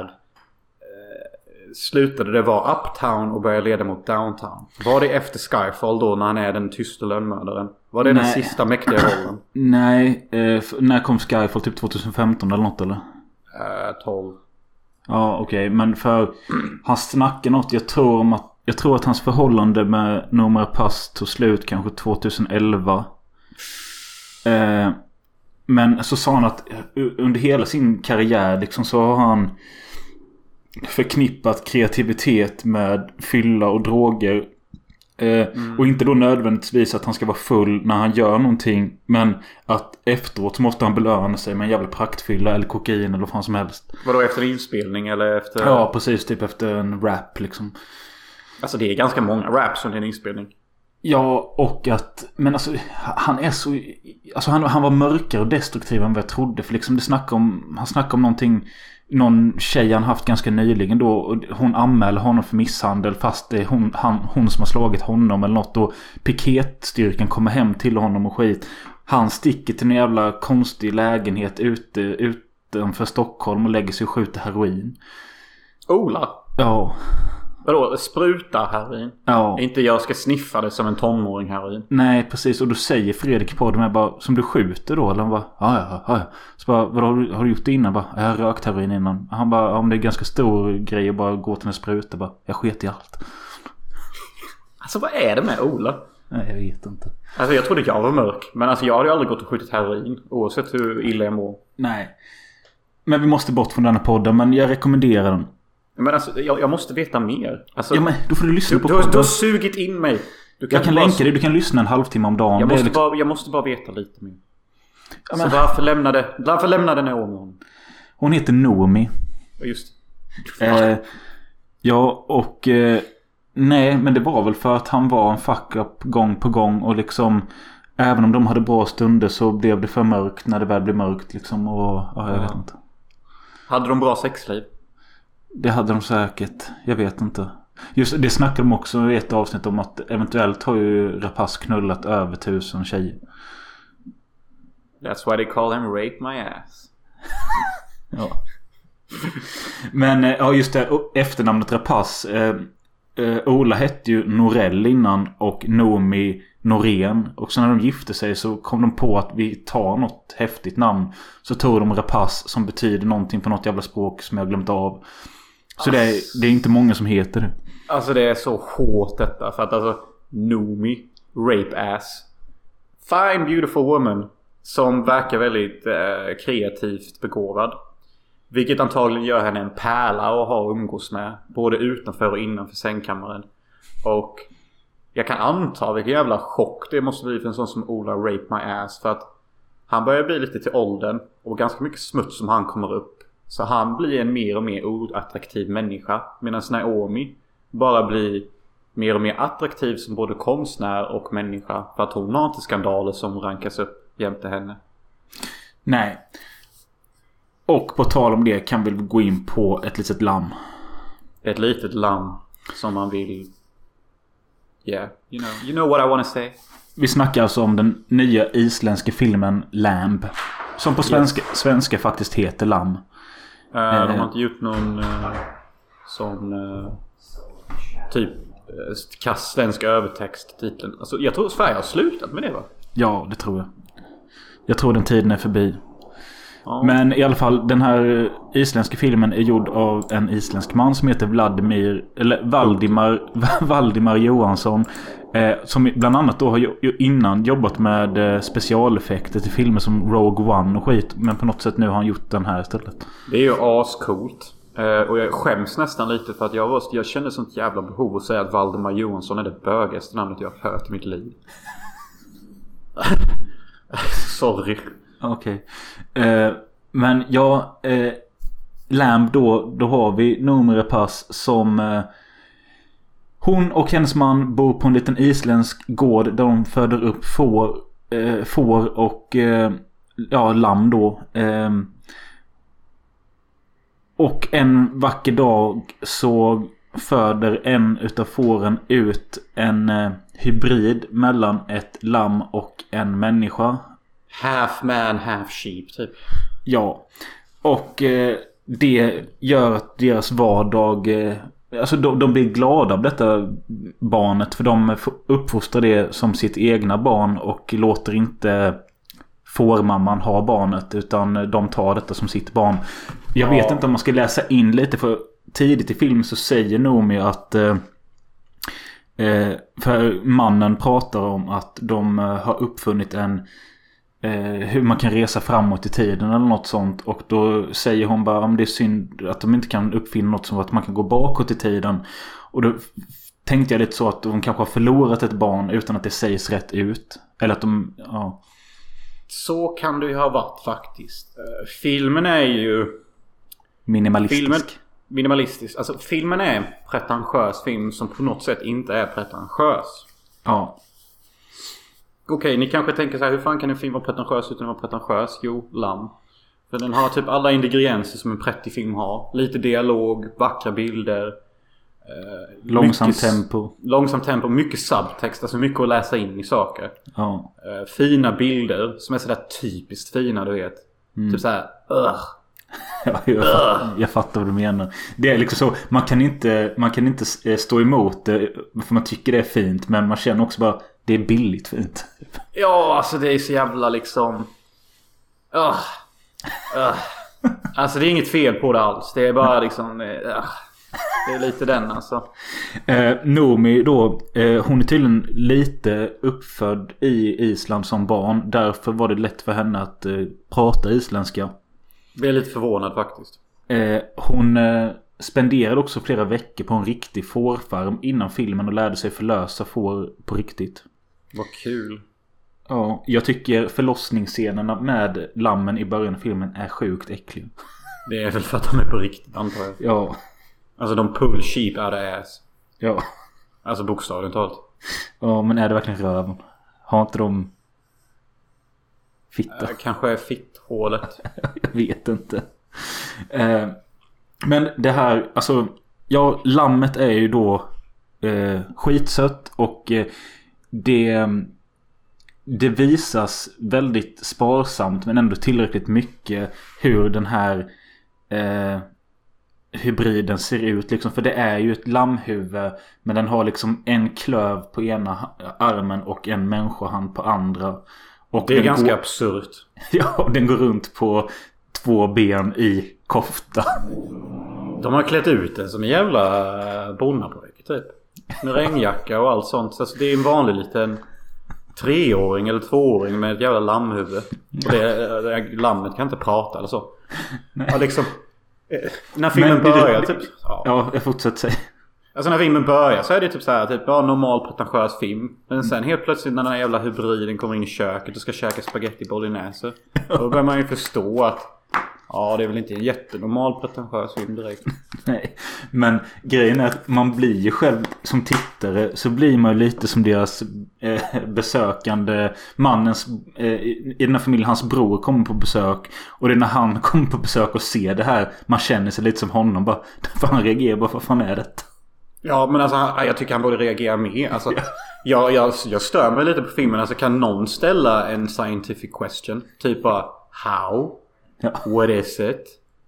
B: eh, slutade det vara Uptown och började leda mot Downtown? Var det efter Skyfall då när han är den tysta lönnmördaren? Var det Nej. den sista mäktiga rollen?
A: Nej, eh, när kom Skyfall? Typ tjugohundrafemton eller något eller?
B: Eh, tolv.
A: Ja, okej. Okay. Men för han snackar något. Jag tror om att Jag tror att hans förhållande med Noomi Rapace tog slut kanske tjugoelva. Eh, men så sa han att under hela sin karriär liksom, så har han förknippat kreativitet med fylla och droger. Eh, mm. Och inte då nödvändigtvis att han ska vara full när han gör någonting. Men att efteråt så måste han belöna sig med en jävla praktfylla eller kokain eller vad fan som helst.
B: Vadå, efter inspelning eller efter...
A: Ja, precis. Typ efter en rap liksom.
B: Alltså det är ganska många raps under en inspelning.
A: Ja, och att... Men alltså, han är så... Alltså han, han var mörkare och destruktiv än vad jag trodde. För liksom det snackade om... Han snackade om någonting... Någon tjej han haft ganska nyligen då. Och hon anmäler honom för misshandel. Fast det är hon, han, hon som har slagit honom eller något. Och piketstyrkan kommer hem till honom och skit. Han sticker till en jävla konstig lägenhet ute, utanför Stockholm och lägger sig och skjuter heroin.
B: Ola?
A: Ja.
B: Vadå? Spruta heroin?
A: Ja.
B: Inte jag ska sniffa det som en tonåring heroin.
A: Nej, precis. Och då säger Fredrik på dem bara, som du skjuter då? Eller han bara, ja, ja, ja. Så bara, vadå, har, du, har du gjort det innan? Bara, jag har rökt heroin innan. Han bara, om det är ganska stor grej att bara gå till en spruta. Bara, jag sket i allt.
B: Alltså, vad är det med Ola?
A: Nej, jag vet inte.
B: Alltså, jag trodde jag var mörk. Men alltså, jag hade ju aldrig gått och skjutit heroin. Oavsett hur illa jag mår.
A: Nej. Men vi måste bort från den här podden. Men jag rekommenderar den.
B: Men alltså, jag, jag måste veta mer. Alltså,
A: ja, men då får du lyssna
B: du,
A: på
B: du,
A: podden.
B: Du har sugit in mig. Du kan
A: jag kan
B: bara...
A: länka dig. Du kan lyssna en halvtimme om dagen.
B: Jag måste,
A: liksom...
B: bara, jag måste bara veta lite mer.
A: Ja, men...
B: Så varför lämnade, varför lämnade Naomi hon?
A: Hon heter Noomi.
B: Just
A: eh, Ja, och... Eh, nej, men det var väl för att han var en fuck-up gång på gång. Och liksom... Även om de hade bra stunder så blev det för mörkt när det väl blev mörkt. Liksom, och ja, jag ja. vet inte.
B: Hade de bra sexliv?
A: Det hade de säkert. Jag vet inte. Just det snackade de också i ett avsnitt om att eventuellt har ju Rapace knullat över tusen tjejer.
B: That's why they call him Rape My Ass.
A: Ja. Men ja, just det. Efternamnet Rapace. Eh, eh, Ola hette ju Norell innan och Noomi Norén. Och så när de gifte sig så kom de på att vi tar något häftigt namn. Så tog de Rapace som betyder någonting på något jävla språk som jag glömt av. Så det är, det är inte många som heter det.
B: Alltså det är så hårt detta. För att alltså Noomi rape ass. Fine beautiful woman som verkar väldigt eh, kreativt begåvad. Vilket antagligen gör henne en pärla att ha umgås med. Både utanför och innanför sängkammaren. Och jag kan anta vilken jävla chock det måste bli för en sån som Ola Rape My Ass. För att han börjar bli lite till åldern. Och ganska mycket smuts som han kommer upp. Så han blir en mer och mer oattraktiv människa. Medan Naomi bara blir mer och mer attraktiv som både konstnär och människa. För att hon har inte skandaler som rankas upp jämte henne.
A: Nej. Och på tal om det kan vi gå in på ett litet lamm.
B: Ett litet lamm som man vill... Yeah, you know, you know what I want to say.
A: Vi snackar alltså om den nya isländska filmen Lamb. Som på svenska, yes. svenska faktiskt heter Lamm.
B: Uh, uh, de har inte gjort någon uh, sån uh, typ uh, kass svensk övertext titeln. Alltså, jag tror Sverige har slutat med det, va?
A: Ja, det tror jag. Jag tror den tiden är förbi. Men i alla fall, den här isländska filmen är gjord av en isländsk man som heter Vladimir eller Valdimar Valdimar Johansson, eh, som bland annat då har innan jobbat med eh, specialeffekter till filmer som Rogue One och skit, men på något sätt nu har han gjort den här istället.
B: Det är ju ascoolt. Eh, och jag skäms nästan lite för att jag var, jag kände sånt jävla behov att säga att Valdimar Johansson är det bögaste namnet jag har hört i mitt liv. Sorry.
A: Okej. Okay. Eh, men ja, eh, Lamb då, då har vi Noomi Rapace som eh, hon och hennes man bor på en liten isländsk gård där de föder upp får, eh, får och eh, ja, lamm då. Eh, och en vacker dag så föder en utav fåren ut en eh, hybrid mellan ett lamm och en människa.
B: Half man, half sheep typ.
A: Ja. Och eh, det gör att deras vardag eh, alltså de, de blir glada av detta barnet. För de uppfostrar det som sitt egna barn. Och låter inte fårmamman ha barnet. Utan de tar detta som sitt barn. Jag vet ja. inte om man ska läsa in lite. För tidigt i filmen så säger Noomi att eh, för mannen pratar om att de har uppfunnit en hur man kan resa framåt i tiden eller något sånt. Och då säger hon bara om det är synd att de inte kan uppfinna något som att man kan gå bakåt i tiden. Och då tänkte jag lite så att hon kanske har förlorat ett barn utan att det sägs rätt ut. Eller att de, ja.
B: Så kan det ju ha varit faktiskt. Filmen är ju
A: minimalistisk.
B: Filmen, minimalistisk. Alltså filmen är en pretentiös film som på något sätt inte är pretentiös.
A: Ja.
B: Okej, okay, ni kanske tänker så här, hur fan kan en film vara pretentiös utan att vara pretentiös? Jo, Lamm. För den har typ alla ingredienser som en prettig film har. Lite dialog, vackra bilder.
A: Eh, långsamt tempo.
B: Långsamt tempo, mycket subtext. Alltså mycket att läsa in i saker.
A: Ja.
B: Eh, fina bilder som är sådär typiskt fina, du vet. Mm. Typ såhär, ugh.
A: Ja, jag, fattar, jag fattar vad du menar. Det är liksom så, man kan inte, man kan inte stå emot det för man tycker det är fint. Men man känner också bara, det är billigt fint.
B: Ja, alltså det är så jävla liksom uh, uh. Alltså det är inget fel på det alls. Det är bara liksom uh. Det är lite den alltså.
A: eh, Noomi då, eh, hon är tydligen lite uppfödd i Island som barn. Därför var det lätt för henne att eh, prata isländska.
B: Jag är lite förvånad faktiskt.
A: eh, Hon eh, spenderade också flera veckor på en riktig fårfarm innan filmen och lärde sig förlösa får på riktigt.
B: Vad kul.
A: Ja, jag tycker förlossningsscenerna med lammen i början av filmen är sjukt äckliga.
B: Det är väl för att de är på riktigt, antar jag.
A: Ja.
B: Alltså de pull sheep out of ass.
A: Ja.
B: Alltså bokstavligt talat.
A: Ja, men är det verkligen röven? Har inte de fitta?
B: Äh, kanske är fitthålet.
A: Jag vet inte. Eh, men det här, alltså, ja, lammet är ju då eh, skitsött och eh, det, det visas väldigt sparsamt men ändå tillräckligt mycket hur den här eh, hybriden ser ut liksom, för det är ju ett lammhuvud men den har liksom en klöv på ena armen och en människohand på andra. Och
B: det är ganska
A: går,
B: absurt.
A: Ja, den går runt på två ben i kofta.
B: De har klätt ut den som en jävla bonnapojke typ. Med regnjacka och allt sånt. Så det är en vanlig liten treåring eller tvååring med ett jävla lammhuvud. Och det, det lammet kan inte prata eller så. Ja, liksom, när filmen
A: Men,
B: börjar
A: det,
B: typ... Ja,
A: ja jag fortsätter säga.
B: Alltså när filmen börjar så är det typ så här, typ ja, normal pretentiös film. Men sen helt plötsligt när den här jävla hybriden kommer in i köket och ska käka spaghetti bolognese, då börjar man ju förstå att ja, det är väl inte en jättenormal pretentiös film direkt. Nej,
A: men grejen är att man blir ju själv som tittare, så blir man ju lite som deras eh, besökande mannens eh, i den här familjen, hans bror kommer på besök, och det är när han kommer på besök och ser det här, man känner sig lite som honom, bara, för han reagerar bara, vad fan är det?
B: Ja, men alltså jag tycker han borde reagera mer. Alltså, ja. jag, jag, jag stör mig lite på filmen. Alltså, kan någon ställa en scientific question? Typ bara, how? Ja. What is it?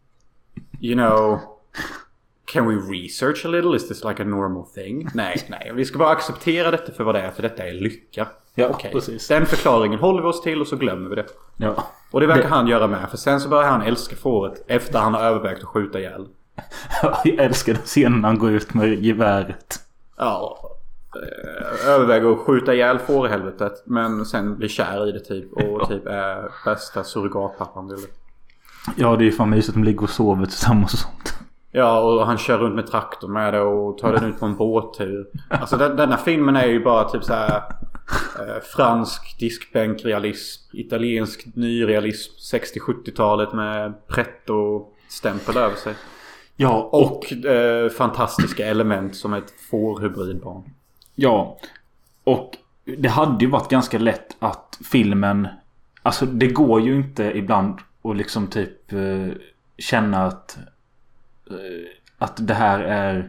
B: You know, can we research a little? Is this like a normal thing? Nej, nej. Vi ska bara acceptera detta för vad det är, för detta är lycka.
A: Ja,
B: okej.
A: Precis.
B: Den förklaringen håller vi oss till och så glömmer vi det.
A: Ja.
B: Och det verkar
A: det...
B: han göra med. För sen så börjar han älska fåret efter han har övervägt att skjuta ihjäl.
A: Jag älskar den scenen när han går ut med geväret.
B: Ja, överväger att skjuta ihjäl får i helvetet, men sen blir kär i det typ. Och typ är bästa surrogatpappan vill.
A: Ja, det är ju fan mysigt att de ligger och sover tillsammans och sånt.
B: Ja, och han kör runt med traktor med det och tar den ut på en båttur. Alltså den, denna filmen är ju bara typ så här eh, fransk diskbänkrealism, italiensk nyrealism, sextio-sjuttiotalet med pretto-stämpel över sig. Ja, och, och eh, fantastiska element som ett fårhybridbarn.
A: Ja, och det hade ju varit ganska lätt att filmen, alltså det går ju inte ibland att liksom typ eh, känna att eh, att det här är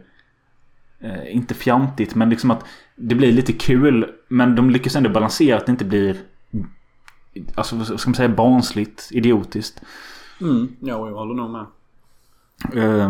A: eh, inte fjantigt, men liksom att det blir lite kul, men de lyckas ändå balansera att det inte blir, alltså vad ska man säga, barnsligt, idiotiskt.
B: Mm, ja, jag håller nog med.
A: Uh,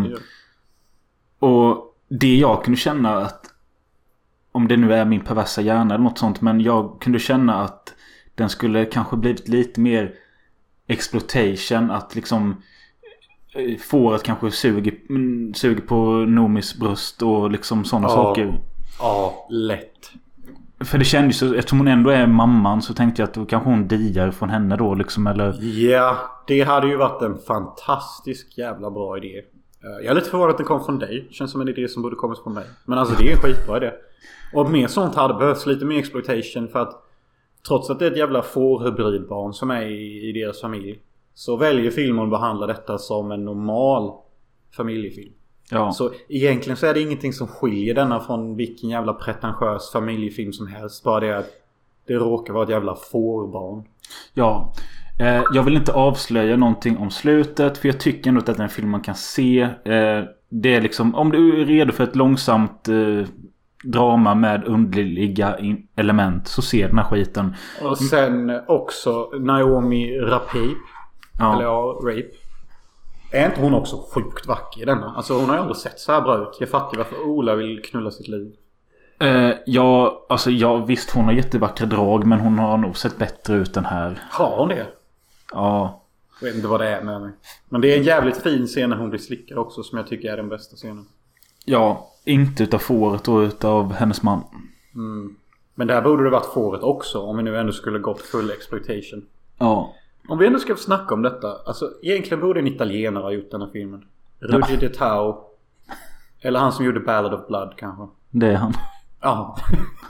A: och det jag kunde känna att, om det nu är min perversa hjärna eller något sånt, men jag kunde känna att den skulle kanske blivit lite mer exploitation, att liksom får att kanske suger, suger på Nomis bröst och liksom sådana
B: ja,
A: saker.
B: Ja, lätt.
A: För det kändes ju, eftersom hon ändå är mamman, så tänkte jag att då kanske hon diar från henne då liksom, eller...
B: Ja, det hade ju varit en fantastisk jävla bra idé. Jag är lite förvånad att det kom från dig. Känns som en idé som borde kommit från mig. Men alltså det är en skitbra idé. Och mer sånt hade behövts, lite mer exploitation, för att trots att det är ett jävla fårhybridbarn som är i, i deras familj, så väljer filmen att behandla detta som en normal familjefilm. Ja. Så egentligen så är det ingenting som skiljer denna från vilken jävla pretentiös familjefilm som helst. Bara det att det råkar vara ett jävla fårbarn.
A: Ja, eh, jag vill inte avslöja någonting om slutet, för jag tycker ändå att det är en film man kan se. Eh, det är liksom, om du är redo för ett långsamt eh, drama med underliga element, så ser den här skiten.
B: Och sen också Naomi Rapace. Ja. Eller ja, Rape. Är inte hon också sjukt vacker i denna? Alltså hon har ju aldrig sett så här bra ut. Jag fattar varför Ola vill knulla sitt liv.
A: Eh, ja, alltså ja, visst hon har jättevackra drag, men hon har nog sett bättre ut än här.
B: Har hon det?
A: Ja.
B: Jag vet inte vad det är med mig. Men det är en jävligt fin scen när hon blir slickad också, som jag tycker är den bästa scenen.
A: Ja, inte utav fåret och utav hennes man.
B: Mm. Men där borde det varit fåret också, om vi nu ändå skulle gått full exploitation.
A: Ja.
B: Om vi ändå ska snacka om detta. Alltså egentligen borde en italienare ha gjort den här filmen. Ruggero ja. Deodato. Eller han som gjorde Ballad of Blood kanske.
A: Det är han.
B: Ja.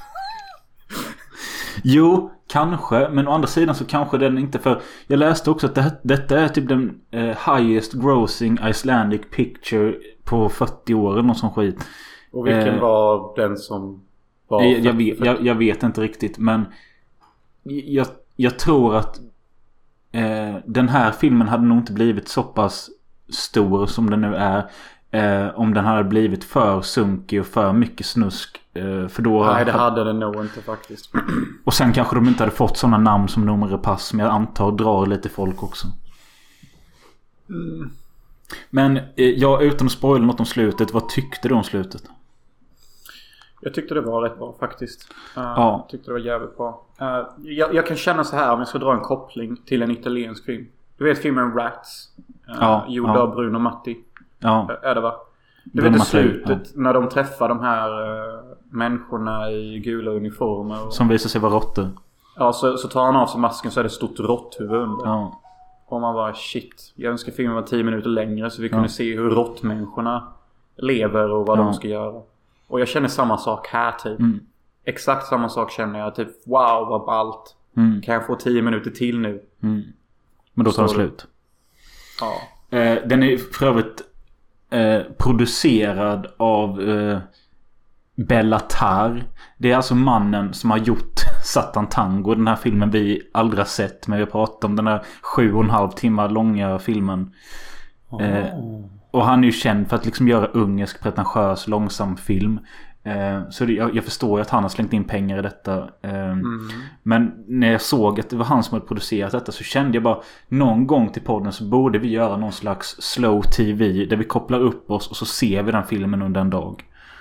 A: Jo, kanske. Men å andra sidan så kanske den inte, för jag läste också att det, detta är typ den eh, highest grossing Icelandic picture på fyrtio år eller någon sån skit.
B: Och vilken eh, var den som var...
A: Jag, jag, vet, jag, jag vet inte riktigt, men jag, jag tror att Eh, den här filmen hade nog inte blivit så pass stor som den nu är eh, om den hade blivit för sunkig och för mycket snusk. Eh, för då
B: Nej, det hade den nog inte faktiskt.
A: Och sen kanske de inte hade fått sådana namn som Noomi Rapace, som jag antar drar lite folk också. Mm. Men eh, jag, utan att spoila något om slutet, vad tyckte du om slutet?
B: Jag tyckte det var rätt bra faktiskt. Uh, ja. Jag tyckte det var jävligt bra. Uh, jag, jag kan känna så här, om jag ska dra en koppling till en italiensk film. Du vet filmen Rats? Uh, ja, gjord ja. av Bruno Matti.
A: Ja.
B: Är det va? Du vet i slutet ja. när de träffar de här uh, människorna i gula uniformer. Och...
A: som visar sig vara råttor.
B: Ja, så, så tar han av sig masken så är det stort råtthuvud under.
A: Ja.
B: Och man bara shit. Jag önskar filmen var tio minuter längre så vi kunde ja. se hur råttmänniskorna lever och vad ja. de ska göra. Och jag känner samma sak här typ. Mm. Exakt samma sak känner jag. Typ wow vad ballt. Mm. Kan jag få tio minuter till nu?
A: Mm. Men då tar det slut.
B: Ja.
A: Eh, den är för övrigt eh, producerad av eh, Bellatar. Det är alltså mannen som har gjort Satan Tango. Den här filmen vi aldrig har sett. Men vi har pratat om den här sju och en halv timmar långa filmen. Oh. Eh, och han är ju känd för att liksom göra ungersk, pretentiös, långsam film. Eh, så det, jag, jag förstår ju att han har slängt in pengar i detta. Eh, mm. Men när jag såg att det var han som hade producerat detta så kände jag bara någon gång till podden så borde vi göra någon slags slow tv där vi kopplar upp oss och så ser vi den filmen under en dag.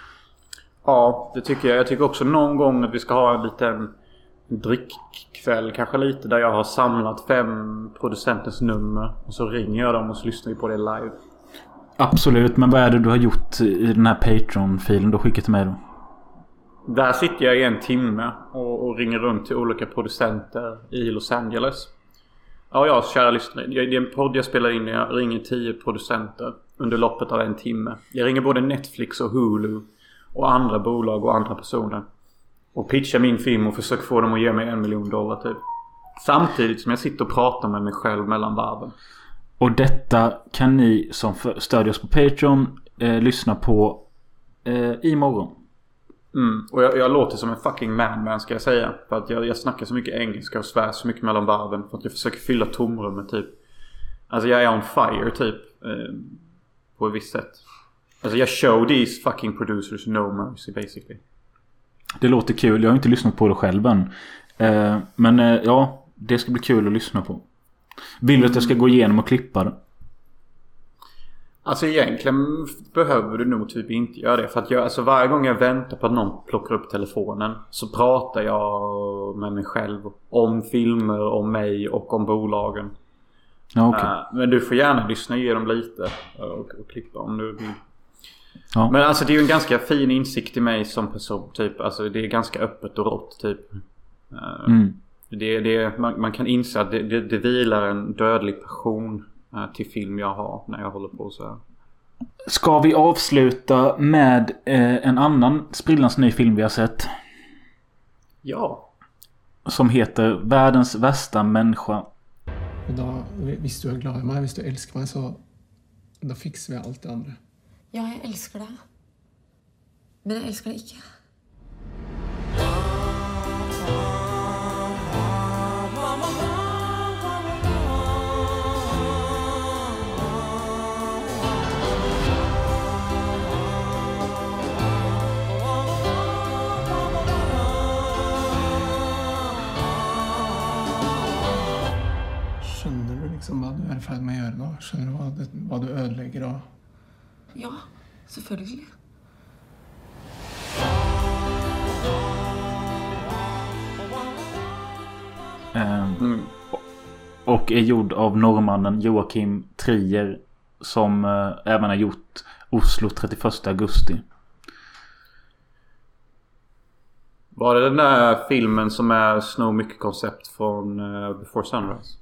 B: Ja, det tycker jag. Jag tycker också någon gång att vi ska ha en liten drickkväll kanske lite där jag har samlat fem producentens nummer och så ringer jag dem och så lyssnar vi på det live.
A: Absolut, men vad är det du har gjort i den här Patreon-filen du skickat till mig då?
B: Där sitter jag i en timme och, och ringer runt till olika producenter i Los Angeles. Ja, ja, kära lyssnare. Det är en podd jag spelar in när jag ringer tio producenter under loppet av en timme. Jag ringer både Netflix och Hulu och andra bolag och andra personer. Och pitchar min film och försöker få dem att ge mig en miljon dollar typ. Samtidigt som jag sitter och pratar med mig själv mellan varven.
A: Och detta kan ni som stödjer oss på Patreon eh, lyssna på eh, imorgon.
B: Mm. Och jag, jag låter som en fucking madman ska jag säga. För att jag, jag snackar så mycket engelska och svär så mycket mellan varven. För att jag försöker fylla tomrummet typ. Alltså jag är on fire typ. Eh, på ett visst sätt. Alltså jag show these fucking producers no mercy basically.
A: Det låter kul. Jag har inte lyssnat på det själv än. Eh, men eh, ja, det ska bli kul att lyssna på. Vill du att jag ska gå igenom och klippa det?
B: Alltså egentligen behöver du nog typ inte göra det. För att jag, alltså varje gång jag väntar på att någon plockar upp telefonen så pratar jag med mig själv om filmer, om mig och om bolagen.
A: Ja, okay.
B: uh, Men du får gärna lyssna, ge dem lite och, och klippa om du vill.
A: Ja.
B: Men alltså det är ju en ganska fin insikt i mig som person typ. Alltså det är ganska öppet och rått typ. uh, mm. Det, det, man, man kan inse att det, det, det vilar en dödlig passion äh, till film jag har när jag håller på så här.
A: Ska vi avsluta med eh, en annan sprillans ny film vi har sett?
B: Ja.
A: Som heter Världens värsta människa.
K: Då, hvis du är glad i mig, hvis du älskar mig så då fixar vi allt det andra.
G: Ja, jag älskar det. Men jag älskar det inte.
K: Skjønner du liksom vad du är i färd med att göra då? Skjønner du vad, det, vad du ödelägger då?
G: Ja, selvfølgelig.
A: Mm. Och är gjord av norrmannen Joakim Trier som eh, även har gjort Oslo trettioförsta augusti.
B: Var det den där filmen som är sno mycket koncept från uh, Before Sunrise?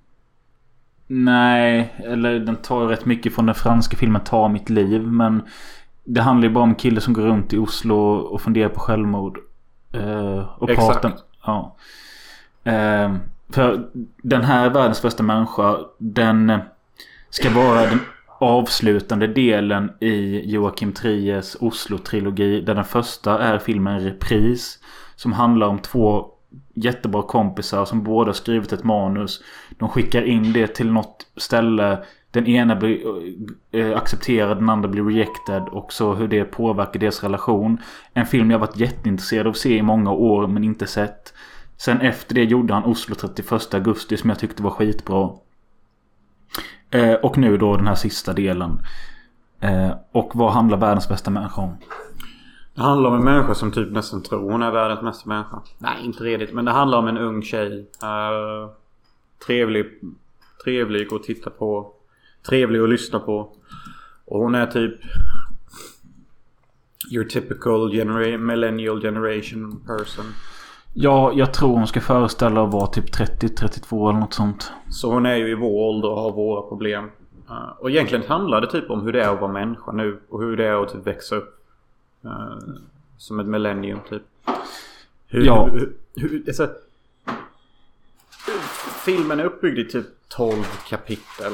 A: Nej, eller den tar rätt mycket från den franska filmen Ta mitt liv. Men det handlar ju bara om killar som går runt i Oslo och funderar på självmord. Uh, och
B: Exakt.
A: pratar, ja. Uh, för den här Världens första människa, den ska vara den avslutande delen i Joakim Triers Oslo-trilogi, där den första är filmen Repris, som handlar om två jättebra kompisar som båda skrivit ett manus. De skickar in det till något ställe, den ena blir eh, accepterad, den andra blir rejected, och så hur det påverkar deras relation. En film jag varit jätteintresserad av att se i många år men inte sett. Sen efter det gjorde han Oslo trettioförsta augusti som jag tyckte var skitbra. Eh, och nu då den här sista delen. Eh, och vad handlar Världens bästa människa om?
B: Det handlar om en människa som typ nästan tror hon är världens bästa människa. Nej, inte redigt. Men det handlar om en ung tjej. Uh, trevlig, trevlig att titta på. Trevlig att lyssna på. Och hon är typ your typical genera- millennial generation person.
A: Ja, jag tror hon ska föreställa att vara typ trettio trettiotvå eller något sånt.
B: Så hon är ju i vår ålder och har våra problem. Uh, och egentligen handlar det typ om hur det är att vara människa nu. Och hur det är att typ växa upp. Uh, som ett millennium typ. Hur,
A: ja.
B: Hur, hur, alltså, filmen är uppbyggd i typ tolv kapitel.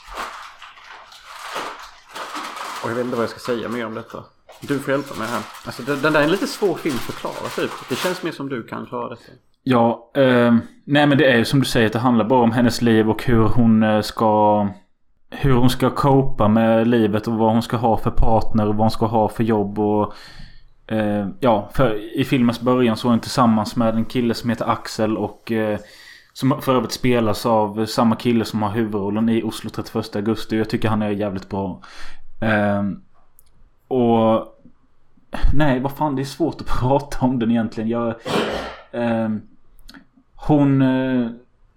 B: Och jag vet inte vad jag ska säga mer om detta. Du får hjälpa mig här. Alltså den, den där är en lite svår film att förklara typ. Det känns mer som du kan klara detta.
A: Ja, eh, nej men det är ju som du säger att det handlar bara om hennes liv och hur hon ska hur hon ska copa med livet och vad hon ska ha för partner och vad hon ska ha för jobb och eh, ja, för i filmens början så är hon tillsammans med en kille som heter Axel och eh, som för övrigt spelas av samma kille som har huvudrollen i Oslo trettioförsta augusti. Jag tycker han är jävligt bra. Eh, och nej, vad fan, det är svårt att prata om den egentligen. Jag eh, hon eh,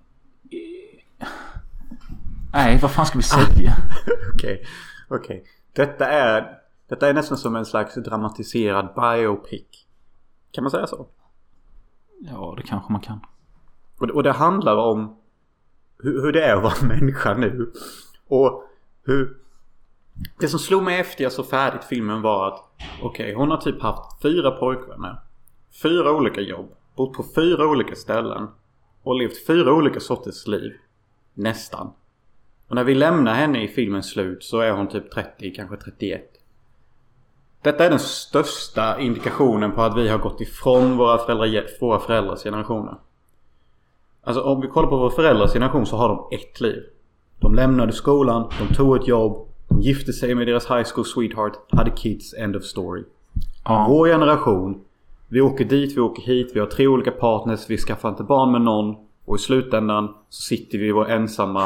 A: nej, vad fan ska vi säga?
B: Okej, okej. Okay, okay. Detta är detta är nästan som en slags dramatiserad biopic. Kan man säga så?
A: Ja, det kanske man kan.
B: Och det, och det handlar om hur, hur det är att vara människa nu. Och hur det som slog mig efter jag så färdigt filmen var att okej, okay, hon har typ haft fyra pojkvänner, fyra olika jobb, bott på fyra olika ställen och levt fyra olika sorters liv. Nästan. Och när vi lämnar henne i filmens slut så är hon typ trettio, kanske trettioett. Detta är den största indikationen på att vi har gått ifrån våra, föräldrar, våra föräldrars generationer. Alltså om vi kollar på våra föräldrars generation så har de ett liv. De lämnade skolan, de tog ett jobb, de gifte sig med deras high school sweetheart, hade kids, end of story. Ja. Vår generation, vi åker dit, vi åker hit, vi har tre olika partners, vi skaffar inte barn med någon och i slutändan så sitter vi i vår ensamma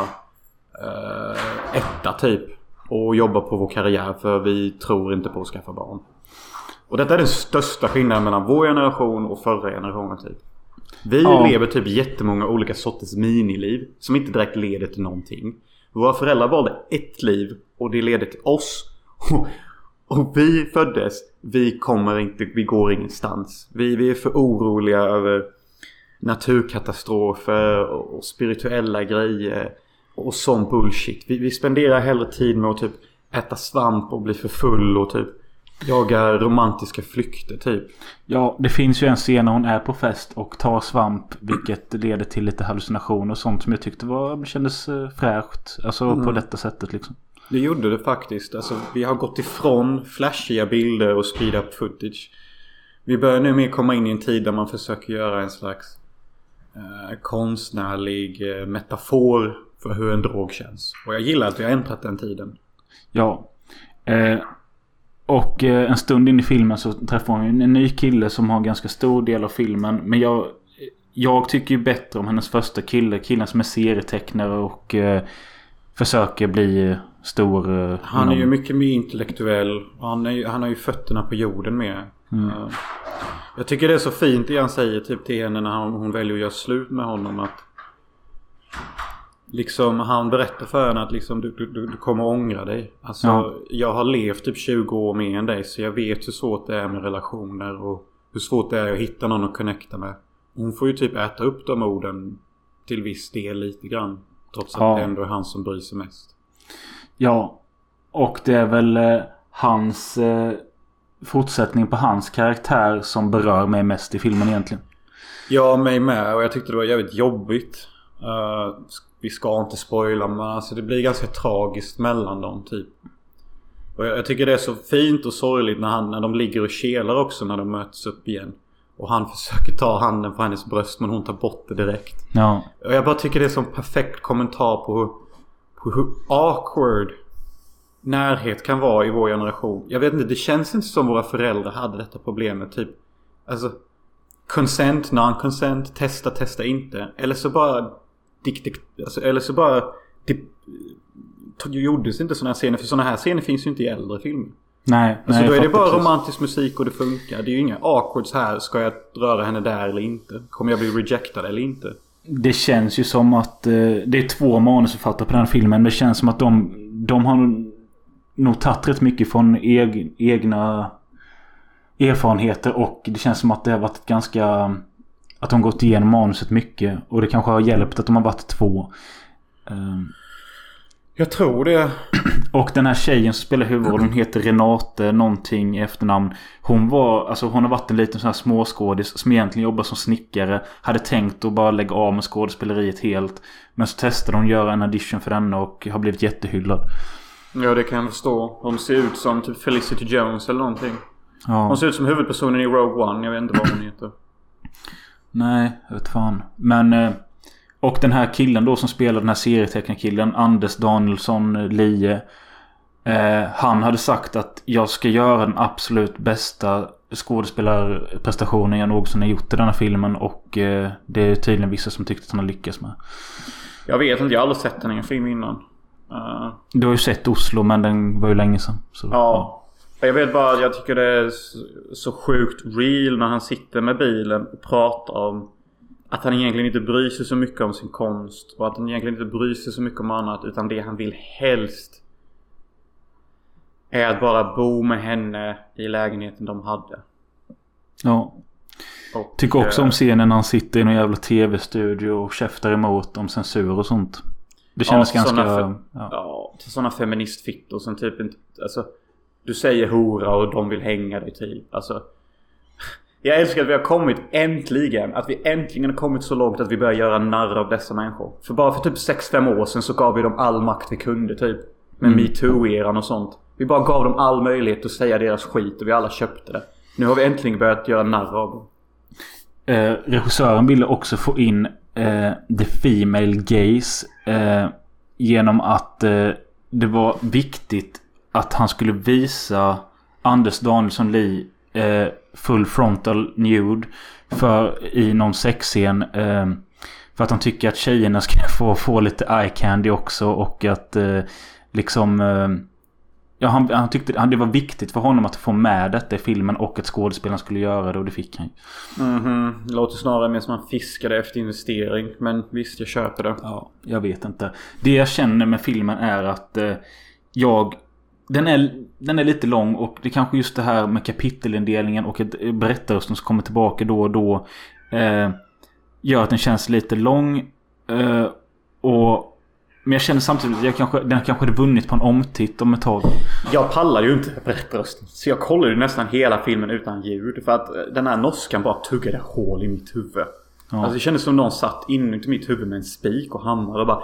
B: uh, etta typ och jobbar på vår karriär för vi tror inte på att skaffa barn. Och detta är den största skillnaden mellan vår generation och förra generationen typ. Vi ja. lever typ jättemånga olika sorters miniliv som inte direkt leder till någonting. Våra föräldrar valde ett liv och det leder till oss. Och vi föddes, vi kommer inte, vi går ingenstans. Vi, vi är för oroliga över naturkatastrofer och spirituella grejer och sån bullshit. Vi, vi spenderar hellre tid med att typ äta svamp och bli för full och typ jaga romantiska flykter typ.
A: Ja, det finns ju en scen när hon är på fest och tar svamp, vilket leder till lite hallucinationer och sånt som jag tyckte var, kändes fräscht. Alltså mm. på detta sättet liksom.
B: Det gjorde det faktiskt. Alltså, vi har gått ifrån flashiga bilder och speed up footage. Vi börjar nu mer komma in i en tid där man försöker göra en slags eh, konstnärlig eh, metafor för hur en drog känns. Och jag gillar att vi har äntrat den tiden.
A: Ja. Eh, och eh, en stund in i filmen så träffar hon en ny kille som har en ganska stor del av filmen. Men jag, jag tycker ju bättre om hennes första kille. Killen som är serietecknare och eh, försöker bli stor. Eh,
B: han är
A: inom...
B: ju mycket mer intellektuell. Han, är, han har ju fötterna på jorden med. Mm. Uh, jag tycker det är så fint det han säger typ till henne när hon, hon väljer att göra slut med honom. Att liksom han berättar för henne att liksom, du, du, du kommer ångra dig. Alltså ja. Jag har levt typ tjugo år mer än dig, så jag vet hur svårt det är med relationer och hur svårt det är att hitta någon att connecta med. Hon får ju typ äta upp de orden till viss del lite grann, trots att ja. det ändå är han som bryr sig mest.
A: Ja, och det är väl eh, hans eh, fortsättning på hans karaktär som berör mig mest i filmen egentligen.
B: Ja, mig med, och jag tyckte det var jävligt jobbigt. Uh, vi ska inte spoila, men alltså det blir ganska tragiskt mellan dem typ. Och jag, jag tycker det är så fint och sorgligt när, han, när de ligger och kelar också när de möts upp igen. Och han försöker ta handen på hennes bröst, men hon tar bort det direkt.
A: Ja.
B: Och jag bara tycker det är så en perfekt kommentar på hur, på hur awkward närhet kan vara i vår generation. Jag vet inte, det känns inte som våra föräldrar hade detta problemet typ. Alltså consent, non-consent, testa, testa inte. Eller så bara dick, dick, alltså, eller så bara det gjordes inte såna här scener, för såna här scener finns ju inte i äldre filmer.
A: Nej,
B: alltså
A: nej,
B: då är det bara
A: precis.
B: romantisk musik och det funkar. Det är ju inga awkwards här. Ska jag röra henne där eller inte? Kommer jag bli rejectad eller inte?
A: Det känns ju som att eh, det är två manusförfattare på den här filmen. Men det känns som att de, de har nog tagit rätt mycket från eg, egna erfarenheter. Och det känns som att det har varit ganska... att de gått igenom manuset mycket. Och det kanske har hjälpt att de har varit två. Um,
B: jag tror det.
A: Och den här tjejen som spelar huvudrollen heter Renate någonting i efternamn. Hon var, alltså hon har varit en liten sån här småskådis som egentligen jobbar som snickare. Hade tänkt att bara lägga av med skådespeleriet helt. Men så testade hon göra en audition för den och har blivit jättehyllad.
B: Ja, det kan jag förstå. Hon ser ut som typ Felicity Jones eller någonting.
A: Ja.
B: Hon ser ut som huvudpersonen i Rogue One. Jag vet inte vad hon heter.
A: Nej, jag vet fan. Men... Och den här killen då som spelar den här serietecknarkillen, Anders Danielsson Lie, eh, han hade sagt att jag ska göra den absolut bästa skådespelarprestationen jag någonsin har gjort i den här filmen. Och eh, det är tydligen vissa som tyckte att han har lyckats med.
B: Jag vet inte, jag har aldrig sett den i en film innan. Uh...
A: Du har ju sett Oslo, men den var ju länge sedan. Så,
B: ja. ja. Jag vet bara, jag tycker det är så sjukt real när han sitter med bilen och pratar om att han egentligen inte bryr sig så mycket om sin konst. Och att han egentligen inte bryr sig så mycket om annat. Utan det han vill helst är att bara bo med henne i lägenheten de hade.
A: Ja. Och, tycker också om scenen när han sitter i någon jävla tv-studio och käftar emot om censur och sånt. Det känns ja, ganska...
B: Fe- ja. ja, till sådana feministfittor som typ inte... Alltså, du säger hora och de vill hänga dig typ. Alltså... Jag älskar att vi har kommit äntligen. Att vi äntligen har kommit så långt att vi börjar göra narr av dessa människor. För bara för typ sex fem år sedan så gav vi dem all makt vi kunde typ. Med mm. MeToo-eran och sånt. Vi bara gav dem all möjlighet att säga deras skit och vi alla köpte det. Nu har vi äntligen börjat göra narr av dem.
A: Eh, regissören ville också få in eh, the female gaze eh, genom att eh, det var viktigt att han skulle visa Anders Danielsson Lie eh, full frontal nude för i någon sexscen eh, för att han tycker att tjejerna ska få, få lite eye candy också och att eh, liksom eh, ja, han, han tyckte han, det var viktigt för honom att få med detta i filmen och att skådespelaren skulle göra det och det fick han.
B: Mhm, det låter snarare mer som han fiskade efter investering, men visst, jag köper det.
A: Ja, jag vet inte. Det jag känner med filmen är att eh, jag Den är, den är lite lång och det är kanske just det här med kapitelindelningen och ett berättarrösten som kommer tillbaka då och då eh, gör att den känns lite lång eh, och men jag känner samtidigt att jag kanske, den kanske hade vunnit på en omtitt om ett tag.
B: Jag pallar ju inte berättarrösten så jag kollar ju nästan hela filmen utan ljud för att den här norskan bara tuggade hål i mitt huvud. Ja. Alltså det kändes som någon satt inuti mitt huvud med en spik och hammare och bara...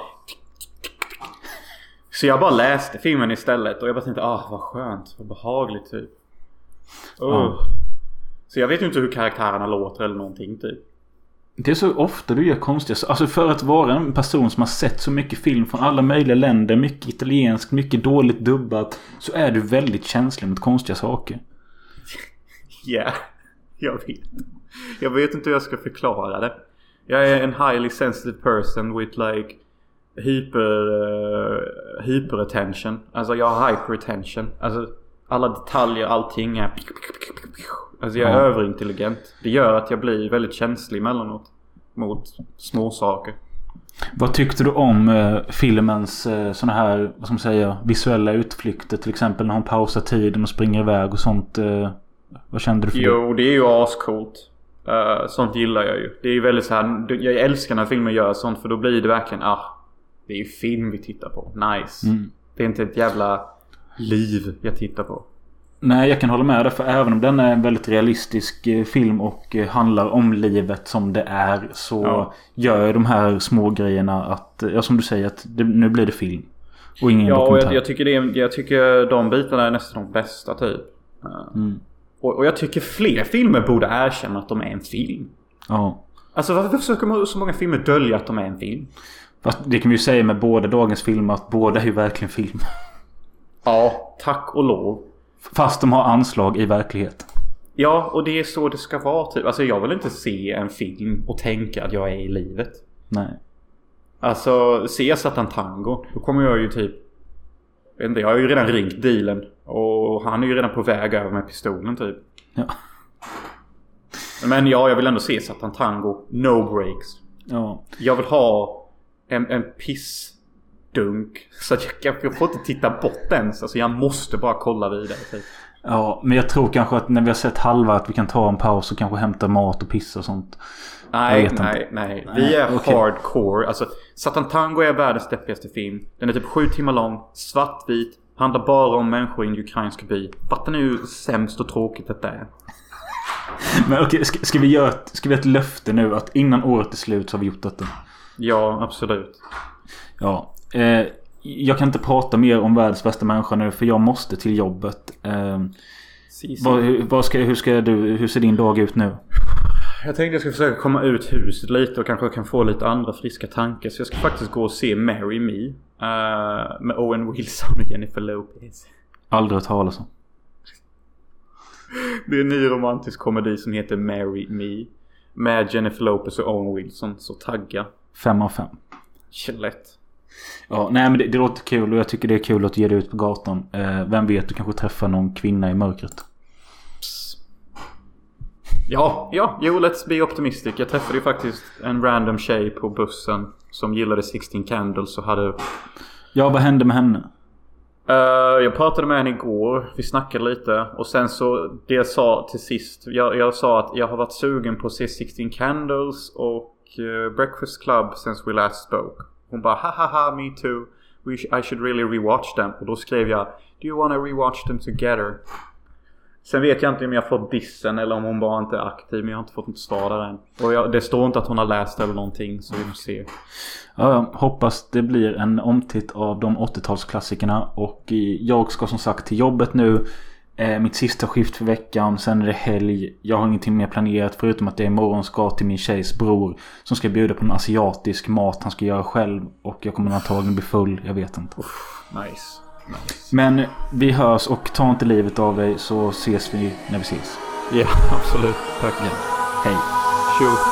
B: Så jag bara läste filmen istället och jag bara tänkte, ah vad skönt, vad behagligt typ. Oh. Ja. Så jag vet ju inte hur karaktärerna låter eller någonting typ.
A: Det är så ofta du gör konstiga. Alltså för att vara en person som har sett så mycket film från alla möjliga länder, mycket italienskt, mycket dåligt dubbat, så är du väldigt känslig mot konstiga saker.
B: Ja, yeah, jag vet. Jag vet inte hur jag ska förklara det. Jag är en highly sensitive person with like hyper uh, hyperattention. Alltså jag har hyperattention. Alltså alla detaljer, allting är alltså jag är ja. överintelligent. Det gör att jag blir väldigt känslig emellanåt mot små saker.
A: Vad tyckte du om uh, filmens uh, såna här, vad ska man säga, visuella utflykter, till exempel när hon pausar tiden och springer iväg och sånt? Uh, vad kände du för
B: jo, det?
A: Jo,
B: det är ju ascoolt. Uh, sånt gillar jag ju. Det är ju väldigt så här, jag älskar när filmer gör sånt för då blir det verkligen ah, det är ju film vi tittar på. Nice. Mm. Det är inte ett jävla liv jag tittar på.
A: Nej, jag kan hålla med dig, för även om den är en väldigt realistisk film och handlar om livet som det är, så ja. gör jag de här små grejerna att, ja som du säger, att det, nu blir det film och ingen
B: ja,
A: dokumentär.
B: Ja, jag, jag, tycker det är, jag tycker de bitarna är nästan de bästa typ. Mm. Och, och jag tycker fler filmer borde erkänna att de är en film.
A: Ja.
B: Alltså varför försöker så många filmer dölja att de är en film?
A: Fast det kan vi ju säga med båda dagens filmer, att båda är ju verkligen film.
B: Ja, tack och lov.
A: Fast de har anslag i verklighet.
B: Ja, och det är så det ska vara typ. Alltså jag vill inte se en film och tänka att jag är i livet.
A: Nej.
B: Alltså, se jag Satan Tango, då kommer jag ju typ, vet inte, jag har ju redan ringt dealen och han är ju redan på väg över med pistolen typ.
A: Ja.
B: Men ja, jag vill ändå se Satan Tango. No breaks.
A: Ja.
B: Jag vill ha en, en pissdunk så att jag, jag får inte titta bort ens. Alltså jag måste bara kolla vidare typ.
A: Ja, men jag tror kanske att när vi har sett halva att vi kan ta en paus och kanske hämta mat och pissa och sånt.
B: Nej, nej, nej. Vi är okay. Hardcore. Alltså, Satan Tango är världens deppigaste film. Den är typ sju timmar lång, svartvit, handlar bara om människor i en ukrainsk by. Fattar ni hur sämst och tråkigt detta är?
A: Men okej, okay, ska, ska vi göra ett, ska vi ett löfte nu att innan året är slut så har vi gjort detta?
B: Ja, absolut.
A: Ja, eh, jag kan inte prata mer om världens bästa människa nu för jag måste till jobbet. Eh, vad, vad ska, hur, ska du, hur ser din dag ut nu?
B: Jag tänkte jag ska försöka komma ut huset lite och kanske kan få lite andra friska tankar. Så jag ska faktiskt gå och se Marry Me uh, med Owen Wilson och Jennifer Lopez.
A: Aldrig hört talas om.
B: Det är en ny romantisk komedi som heter Marry Me med Jennifer Lopez och Owen Wilson. Så tagga.
A: Fem av fem.
B: Lätt.
A: Ja, nej men det, det låter kul och jag tycker det är kul att ge det ut på gatan. Eh, vem vet, du kanske träffar någon kvinna i mörkret.
B: Ja, ja, jo, let's be optimistic. Jag träffade ju faktiskt en random tjej på bussen som gillade sixteen Candles och hade...
A: Ja, vad hände med henne?
B: Uh, jag pratade med henne igår. Vi snackade lite. Och sen så, det jag sa till sist. Jag, jag sa att jag har varit sugen på att se sixteen Candles och uh, Breakfast Club since we last spoke. Hon bara, hahaha, me too. We sh- I should really rewatch them. Och då skrev jag, do you wanna rewatch them together? Sen vet jag inte om jag har fått dissen eller om hon bara inte är aktiv. Men jag har inte fått något svar där än. Och jag, det står inte att hon har läst eller någonting. Så vi får se.
A: Ja, hoppas det blir en omtitt av de åttiotalsklassikerna. Och jag ska som sagt till jobbet nu. Eh, mitt sista skift för veckan. Sen är det helg. Jag har ingenting mer planerat. Förutom att det imorgon ska till min tjejs bror. Som ska bjuda på en asiatisk mat han ska göra själv. Och jag kommer antagligen bli full. Jag vet inte.
B: Uff, nice. Nice.
A: Men vi hörs och ta inte livet av dig så ses vi när vi ses.
B: Ja, absolut. Tack.
A: Ja. Hej.
B: Tjo.